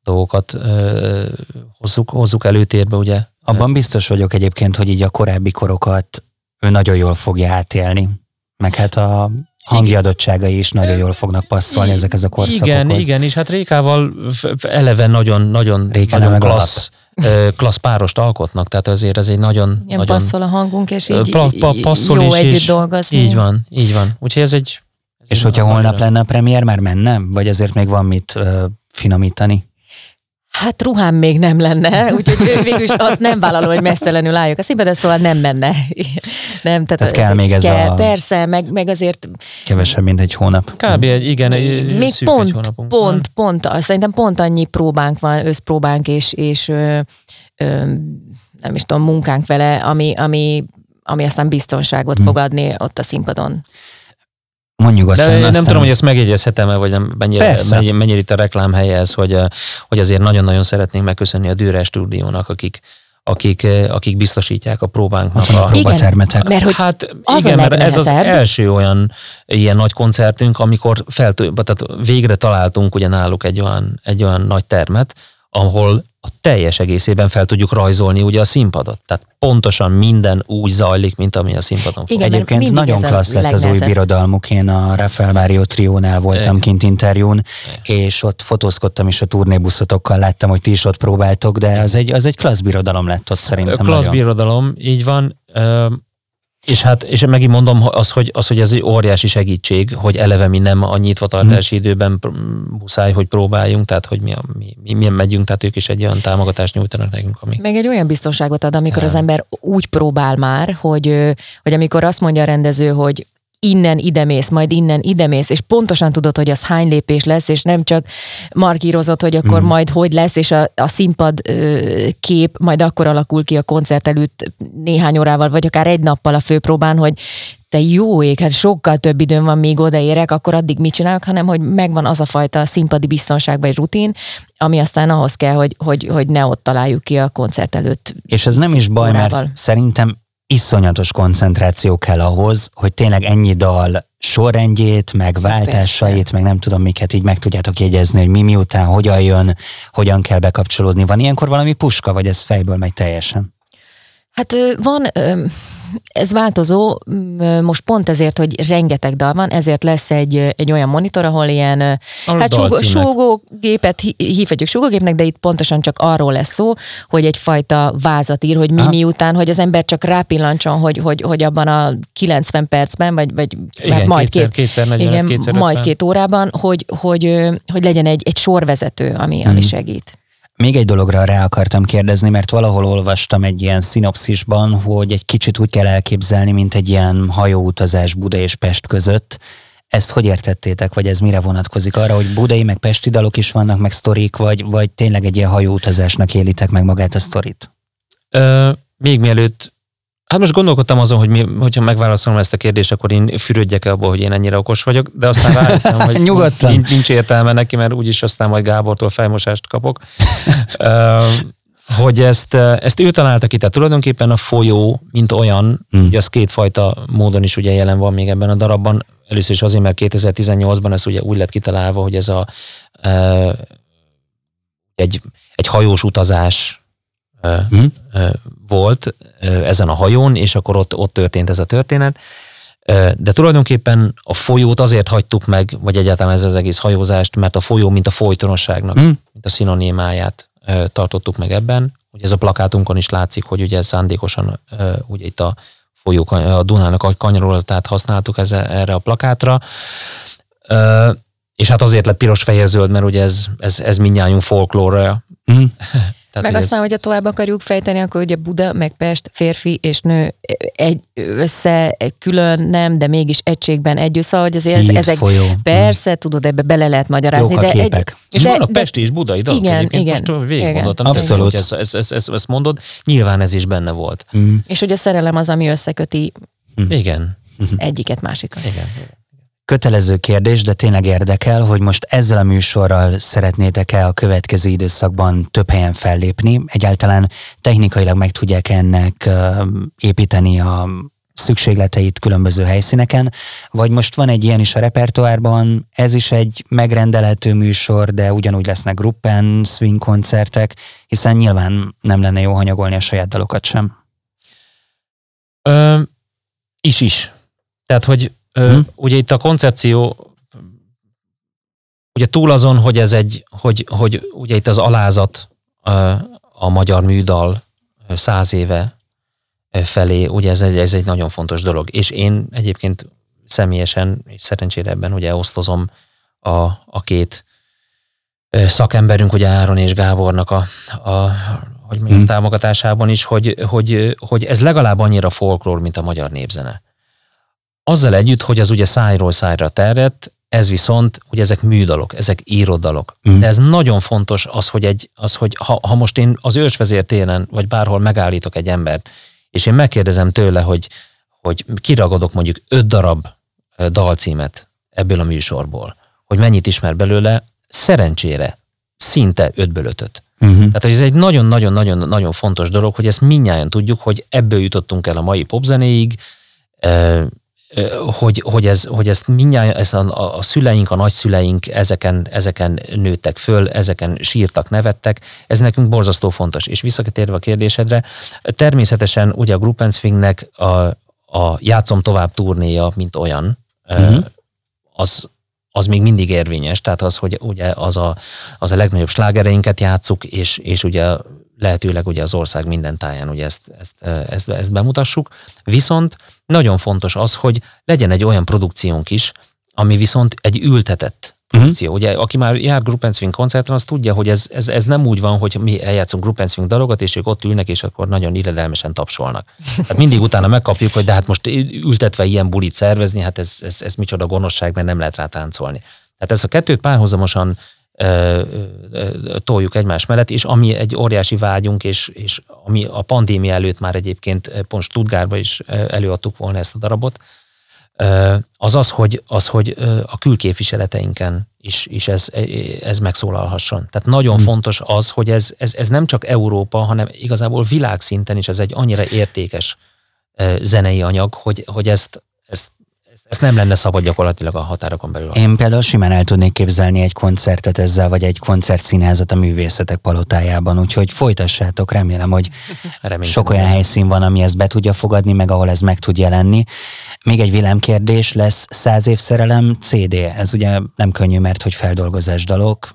dolgokat ö, hozzuk, hozzuk előtérbe, ugye. Abban biztos vagyok egyébként, hogy így a korábbi korokat ő nagyon jól fogja átélni, meg hát a hangi adottságai is nagyon jól fognak passzolni ezekhez a korszakokhoz. Igen, igen, és hát Rékával eleve nagyon, nagyon, nagyon klassz, klassz párost alkotnak, tehát azért ez egy nagyon... Igen, nagyon passzol a hangunk, és így pa, pa, passzol jó is, együtt és dolgozni. Így van, így van. Úgyhogy ez egy... Ez és egy hogyha holnap nagyon... lenne a premier, már menne? Vagy azért még van mit uh, finomítani? Hát ruhám még nem lenne, úgyhogy végül is azt nem vállalom, hogy mesztelenül álljak a színpadon, szóval nem menne. Nem, tehát, tehát kell még ez kell, a... Persze, meg, meg azért... Kevesebb, mint egy hónap. Kb. igen, egy még szűk pont, egy hónapunk. pont, pont, szerintem pont annyi próbánk van, összpróbánk, és, és ö, ö, nem is tudom, munkánk vele, ami, ami, ami aztán biztonságot hmm. fog adni ott a színpadon. Mondjuk de nem aztán... tudom, hogy ezt megjegyezhetem-e, vagy nem, mennyire, mennyire, mennyire itt a reklámhelye ez, hogy, hogy azért nagyon-nagyon szeretnénk megköszönni a Dürer stúdiónak, akik, akik, akik biztosítják a próbánknak. A próbatermetek. Mert hogy hát az igen, a mert ez az első olyan ilyen nagy koncertünk, amikor fel, tehát végre találtunk ugye náluk egy olyan, egy olyan nagy termet, ahol a teljes egészében fel tudjuk rajzolni ugye a színpadot. Tehát pontosan minden úgy zajlik, mint ami a színpadon fog. Igen, egyébként nagyon klassz lett az új birodalmuk. Én a Rafael Mário triónál voltam Igen. kint interjún, Igen. és ott fotózkodtam is a turnébuszotokkal, láttam, hogy ti is ott próbáltok, de az egy, az egy klassz birodalom lett ott szerintem. Klassz nagyon. birodalom, így van. És hát, és megint mondom, az hogy, az, hogy ez egy óriási segítség, hogy eleve mi nem a nyitvatartási hmm. időben muszáj, hogy próbáljunk, tehát hogy mi, a, mi, mi milyen megyünk, tehát ők is egy olyan támogatást nyújtanak nekünk. Ami... Meg egy olyan biztonságot ad, amikor az ember úgy próbál már, hogy, hogy amikor azt mondja a rendező, hogy innen idemész, majd innen idemész, és pontosan tudod, hogy az hány lépés lesz, és nem csak markírozott, hogy akkor mm. majd hogy lesz, és a, a színpad ö, kép majd akkor alakul ki a koncert előtt néhány órával, vagy akár egy nappal a főpróbán, hogy te jó ég, hát sokkal több időm van, még odaérek, akkor addig mit csinálok, hanem hogy megvan az a fajta színpadi biztonság vagy rutin, ami aztán ahhoz kell, hogy, hogy, hogy ne ott találjuk ki a koncert előtt. És ez nem is baj, órával. Mert szerintem iszonyatos koncentráció kell ahhoz, hogy tényleg ennyi dal sorrendjét, meg váltásait, Persze. meg nem tudom miket így meg tudjátok jegyezni, hogy mi miután, hogyan jön, hogyan kell bekapcsolódni. Van ilyenkor valami puska, vagy ez fejből megy teljesen? Hát van, ez változó, most pont ezért, hogy rengeteg dal van, ezért lesz egy, egy olyan monitor, ahol ilyen ahol hát súgó, súgógépet hívhatjuk súgógépnek, de itt pontosan csak arról lesz szó, hogy egyfajta vázat ír, hogy mi Aha. miután, hogy az ember csak rápillantson, hogy, hogy, hogy abban a kilencven percben, vagy, vagy igen, majd kétszer, két, kétszer, negyven, igen, kétszer majd két órában, hogy, hogy, hogy legyen egy, egy sorvezető, ami, hmm. ami segít. Még egy dologra rá akartam kérdezni, mert valahol olvastam egy ilyen szinopszisban, hogy egy kicsit úgy kell elképzelni, mint egy ilyen hajóutazás Buda és Pest között. Ezt hogy értettétek, vagy ez mire vonatkozik? Arra, hogy budai meg pesti dalok is vannak, meg sztorik, vagy, vagy tényleg egy ilyen hajóutazásnak élitek meg magát a sztorit? Ö, még mielőtt Hát most gondolkodtam azon, hogy mi, hogyha megválaszolom ezt a kérdést, akkor én fürödjek abból, hogy én ennyire okos vagyok, de aztán rájöttem, hogy nincs, nincs értelme neki, mert úgyis aztán majd Gábortól fejmosást kapok. Hogy ezt, ezt ő találta ki, tehát tulajdonképpen a folyó, mint olyan, hmm. ugye az kétfajta módon is ugye jelen van még ebben a darabban. Először is azért, mert kétezer-tizennyolcban ez ugye úgy lett kitalálva, hogy ez a egy, egy hajós utazás hmm. volt ezen a hajón, és akkor ott, ott történt ez a történet. De tulajdonképpen a folyót azért hagytuk meg, vagy egyáltalán ez az egész hajózást, mert a folyó, mint a folytonosságnak, hmm. mint a szinonimáját tartottuk meg ebben. Ugye ez a plakátunkon is látszik, hogy ugye szándékosan ugye itt a folyó, a Dunának a kanyarolatát használtuk ez, erre a plakátra. És hát azért lett piros-fehér-zöld, mert ugye ez, ez, ez mindnyájunk folklórja. Hmm. Tehát, meg aztán, ez... hogyha tovább akarjuk fejteni, akkor ugye Buda, meg Pest, férfi és nő egy össze, külön nem, de mégis egységben együtt, szóval, hogy azért Híd, ezek folyó. Persze, hmm. tudod, ebbe bele lehet magyarázni. Jók a de képek. egy, és de, vannak de, pesti és budai dalok igen, egyébként, igen, most végig gondoltam, abszolút. Hogy ezt, ezt, ezt, ezt, ezt mondod, nyilván ez is benne volt. Hmm. És ugye a szerelem az, ami összeköti hmm. igen. egyiket másikat. Igen. Kötelező kérdés, de tényleg érdekel, hogy most ezzel a műsorral szeretnétek-e a következő időszakban több helyen fellépni? Egyáltalán technikailag meg tudják ennek építeni a szükségleteit különböző helyszíneken, vagy most van egy ilyen is a repertoárban, ez is egy megrendelhető műsor, de ugyanúgy lesznek gruppen, swing koncertek, hiszen nyilván nem lenne jó hanyagolni a saját dalokat sem. Ö, is is. Tehát, hogy ö, hmm. ugye itt a koncepció, ugye túl azon, hogy ez egy, hogy, hogy ugye itt az alázat ö, a magyar műdal száz éve felé, ugye ez egy, ez egy nagyon fontos dolog. És én egyébként személyesen, és szerencsére ebben ugye osztozom a, a két szakemberünk, ugye Áron és Gábornak a, a hogy mondjam, hmm. támogatásában is, hogy, hogy, hogy ez legalább annyira folklór, mint a magyar népzene. Azzal együtt, hogy az ugye szájról szájra terjedt, ez viszont, hogy ezek műdalok, ezek írott dalok. Mm. De ez nagyon fontos az, hogy, egy, az, hogy ha, ha most én az Ősvezér téren, vagy bárhol megállítok egy embert, és én megkérdezem tőle, hogy, hogy kiragadok mondjuk öt darab dalcímet ebből a műsorból, hogy mennyit ismer belőle, szerencsére szinte ötből ötöt. Uh-huh. Tehát, hogy ez egy nagyon-nagyon-nagyon-nagyon fontos dolog, hogy ezt mindnyájan tudjuk, hogy ebből jutottunk el a mai popzenéig, hogy, hogy, ez, hogy ezt mindnyájan, ezt a, a szüleink, a nagyszüleink ezeken, ezeken nőttek föl, ezeken sírtak, nevettek, ez nekünk borzasztó fontos. És visszatérve a kérdésedre, természetesen ugye a Group and Swingnek a, a játszom tovább turnéja, mint olyan, uh-huh. az, az még mindig érvényes, tehát az, hogy ugye az a, az a legnagyobb slágereinket játsszuk, és, és ugye lehetőleg ugye az ország minden táján ugye ezt, ezt, ezt, ezt bemutassuk. Viszont nagyon fontos az, hogy legyen egy olyan produkciónk is, ami viszont egy ültetett produkció. Uh-huh. Ugye, aki már jár Group and Swing koncerten, az tudja, hogy ez, ez, ez nem úgy van, hogy mi eljátszunk Group and Swing dalokat, és ők ott ülnek, és akkor nagyon illedelmesen tapsolnak. Hát mindig utána megkapjuk, hogy de hát most ültetve ilyen bulit szervezni, hát ez, ez, ez micsoda gonoszság, mert nem lehet rá táncolni. Tehát ezt a kettőt párhuzamosan Ö, ö, toljuk egymás mellett, és ami egy óriási vágyunk, és, és ami a pandémia előtt már egyébként pont Stuttgartban is előadtuk volna ezt a darabot, az az, hogy, az, hogy a külképviseleteinken is, is ez, ez megszólalhasson. Tehát nagyon hmm. fontos az, hogy ez, ez, ez nem csak Európa, hanem igazából világszinten is ez egy annyira értékes zenei anyag, hogy, hogy ezt, ezt Ezt nem lenne szabad gyakorlatilag a határokon belül. Én például simán el tudnék képzelni egy koncertet ezzel, vagy egy koncertszínházat a Művészetek Palotájában, úgyhogy folytassátok, remélem, hogy Remélem, sok olyan helyszín van, ami ezt be tudja fogadni, meg ahol ez meg tud jelenni. Még egy villámkérdés, lesz Száz év szerelem cé dé, ez ugye nem könnyű, mert hogy feldolgozás dalok.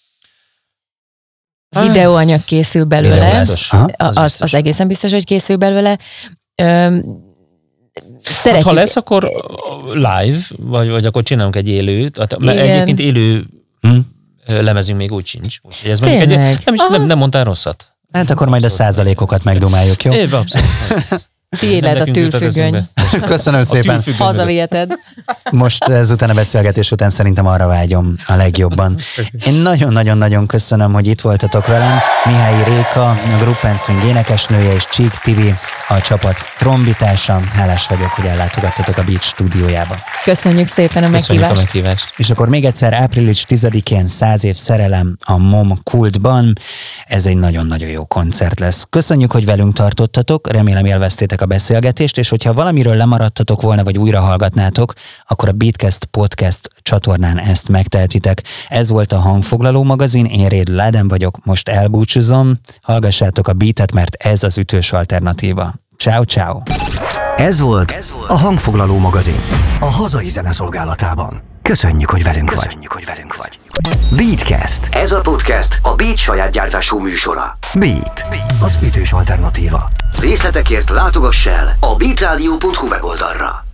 Videóanyag készül belőle, biztos. Aha, az, az, az egészen biztos, hogy készül belőle. Öm, Hát, ha lesz, akkor live, vagy, vagy akkor csinálunk egy élőt. Hát, mert egyébként élő hmm. lemezünk még úgy sincs. Úgyhogy ez egy, nem, is, nem, nem mondtál rosszat. Hát akkor majd a százalékokat megdomáljuk, jó? Éve, abszolút. Tiéd a tűlfüggöny. Köszönöm szépen. Hazaviheted. Most ezután a beszélgetés után szerintem arra vágyom a legjobban. Én nagyon-nagyon-nagyon köszönöm, hogy itt voltatok velem. Mihály Réka, a Group and Swing énekesnője, és Csík Tibi, a csapat trombitása. Hálás vagyok, hogy ellátogattatok a Beat stúdiójába. Köszönjük szépen a meghívást. A meghívást. És akkor még egyszer április tizedikén Száz év szerelem a MOM Kultban. Ez egy nagyon-nagyon jó koncert lesz. Köszönjük, hogy velünk tartottatok, remélem élveztétek a beszélgetést, és hogyha valamiről lemaradtatok volna, vagy újra hallgatnátok, akkor a Beatcast Podcast csatornán ezt megtehetitek. Ez volt a Hangfoglaló magazin, én Rédl Ádám vagyok, most elbúcsúzom. Hallgassátok a Beatet, mert ez az ütős alternatíva. Ciao, ciao. Ez volt a Hangfoglaló magazin, a hazai zene szolgálatában. Köszönjük, hogy velünk vagy. Köszönjük, hogy velünk vagy. Beatcast. Ez a podcast a Beat saját gyártású műsora. Beat, az ütős alternatíva. Részletekért látogass el a beatradio pont hu weboldalra.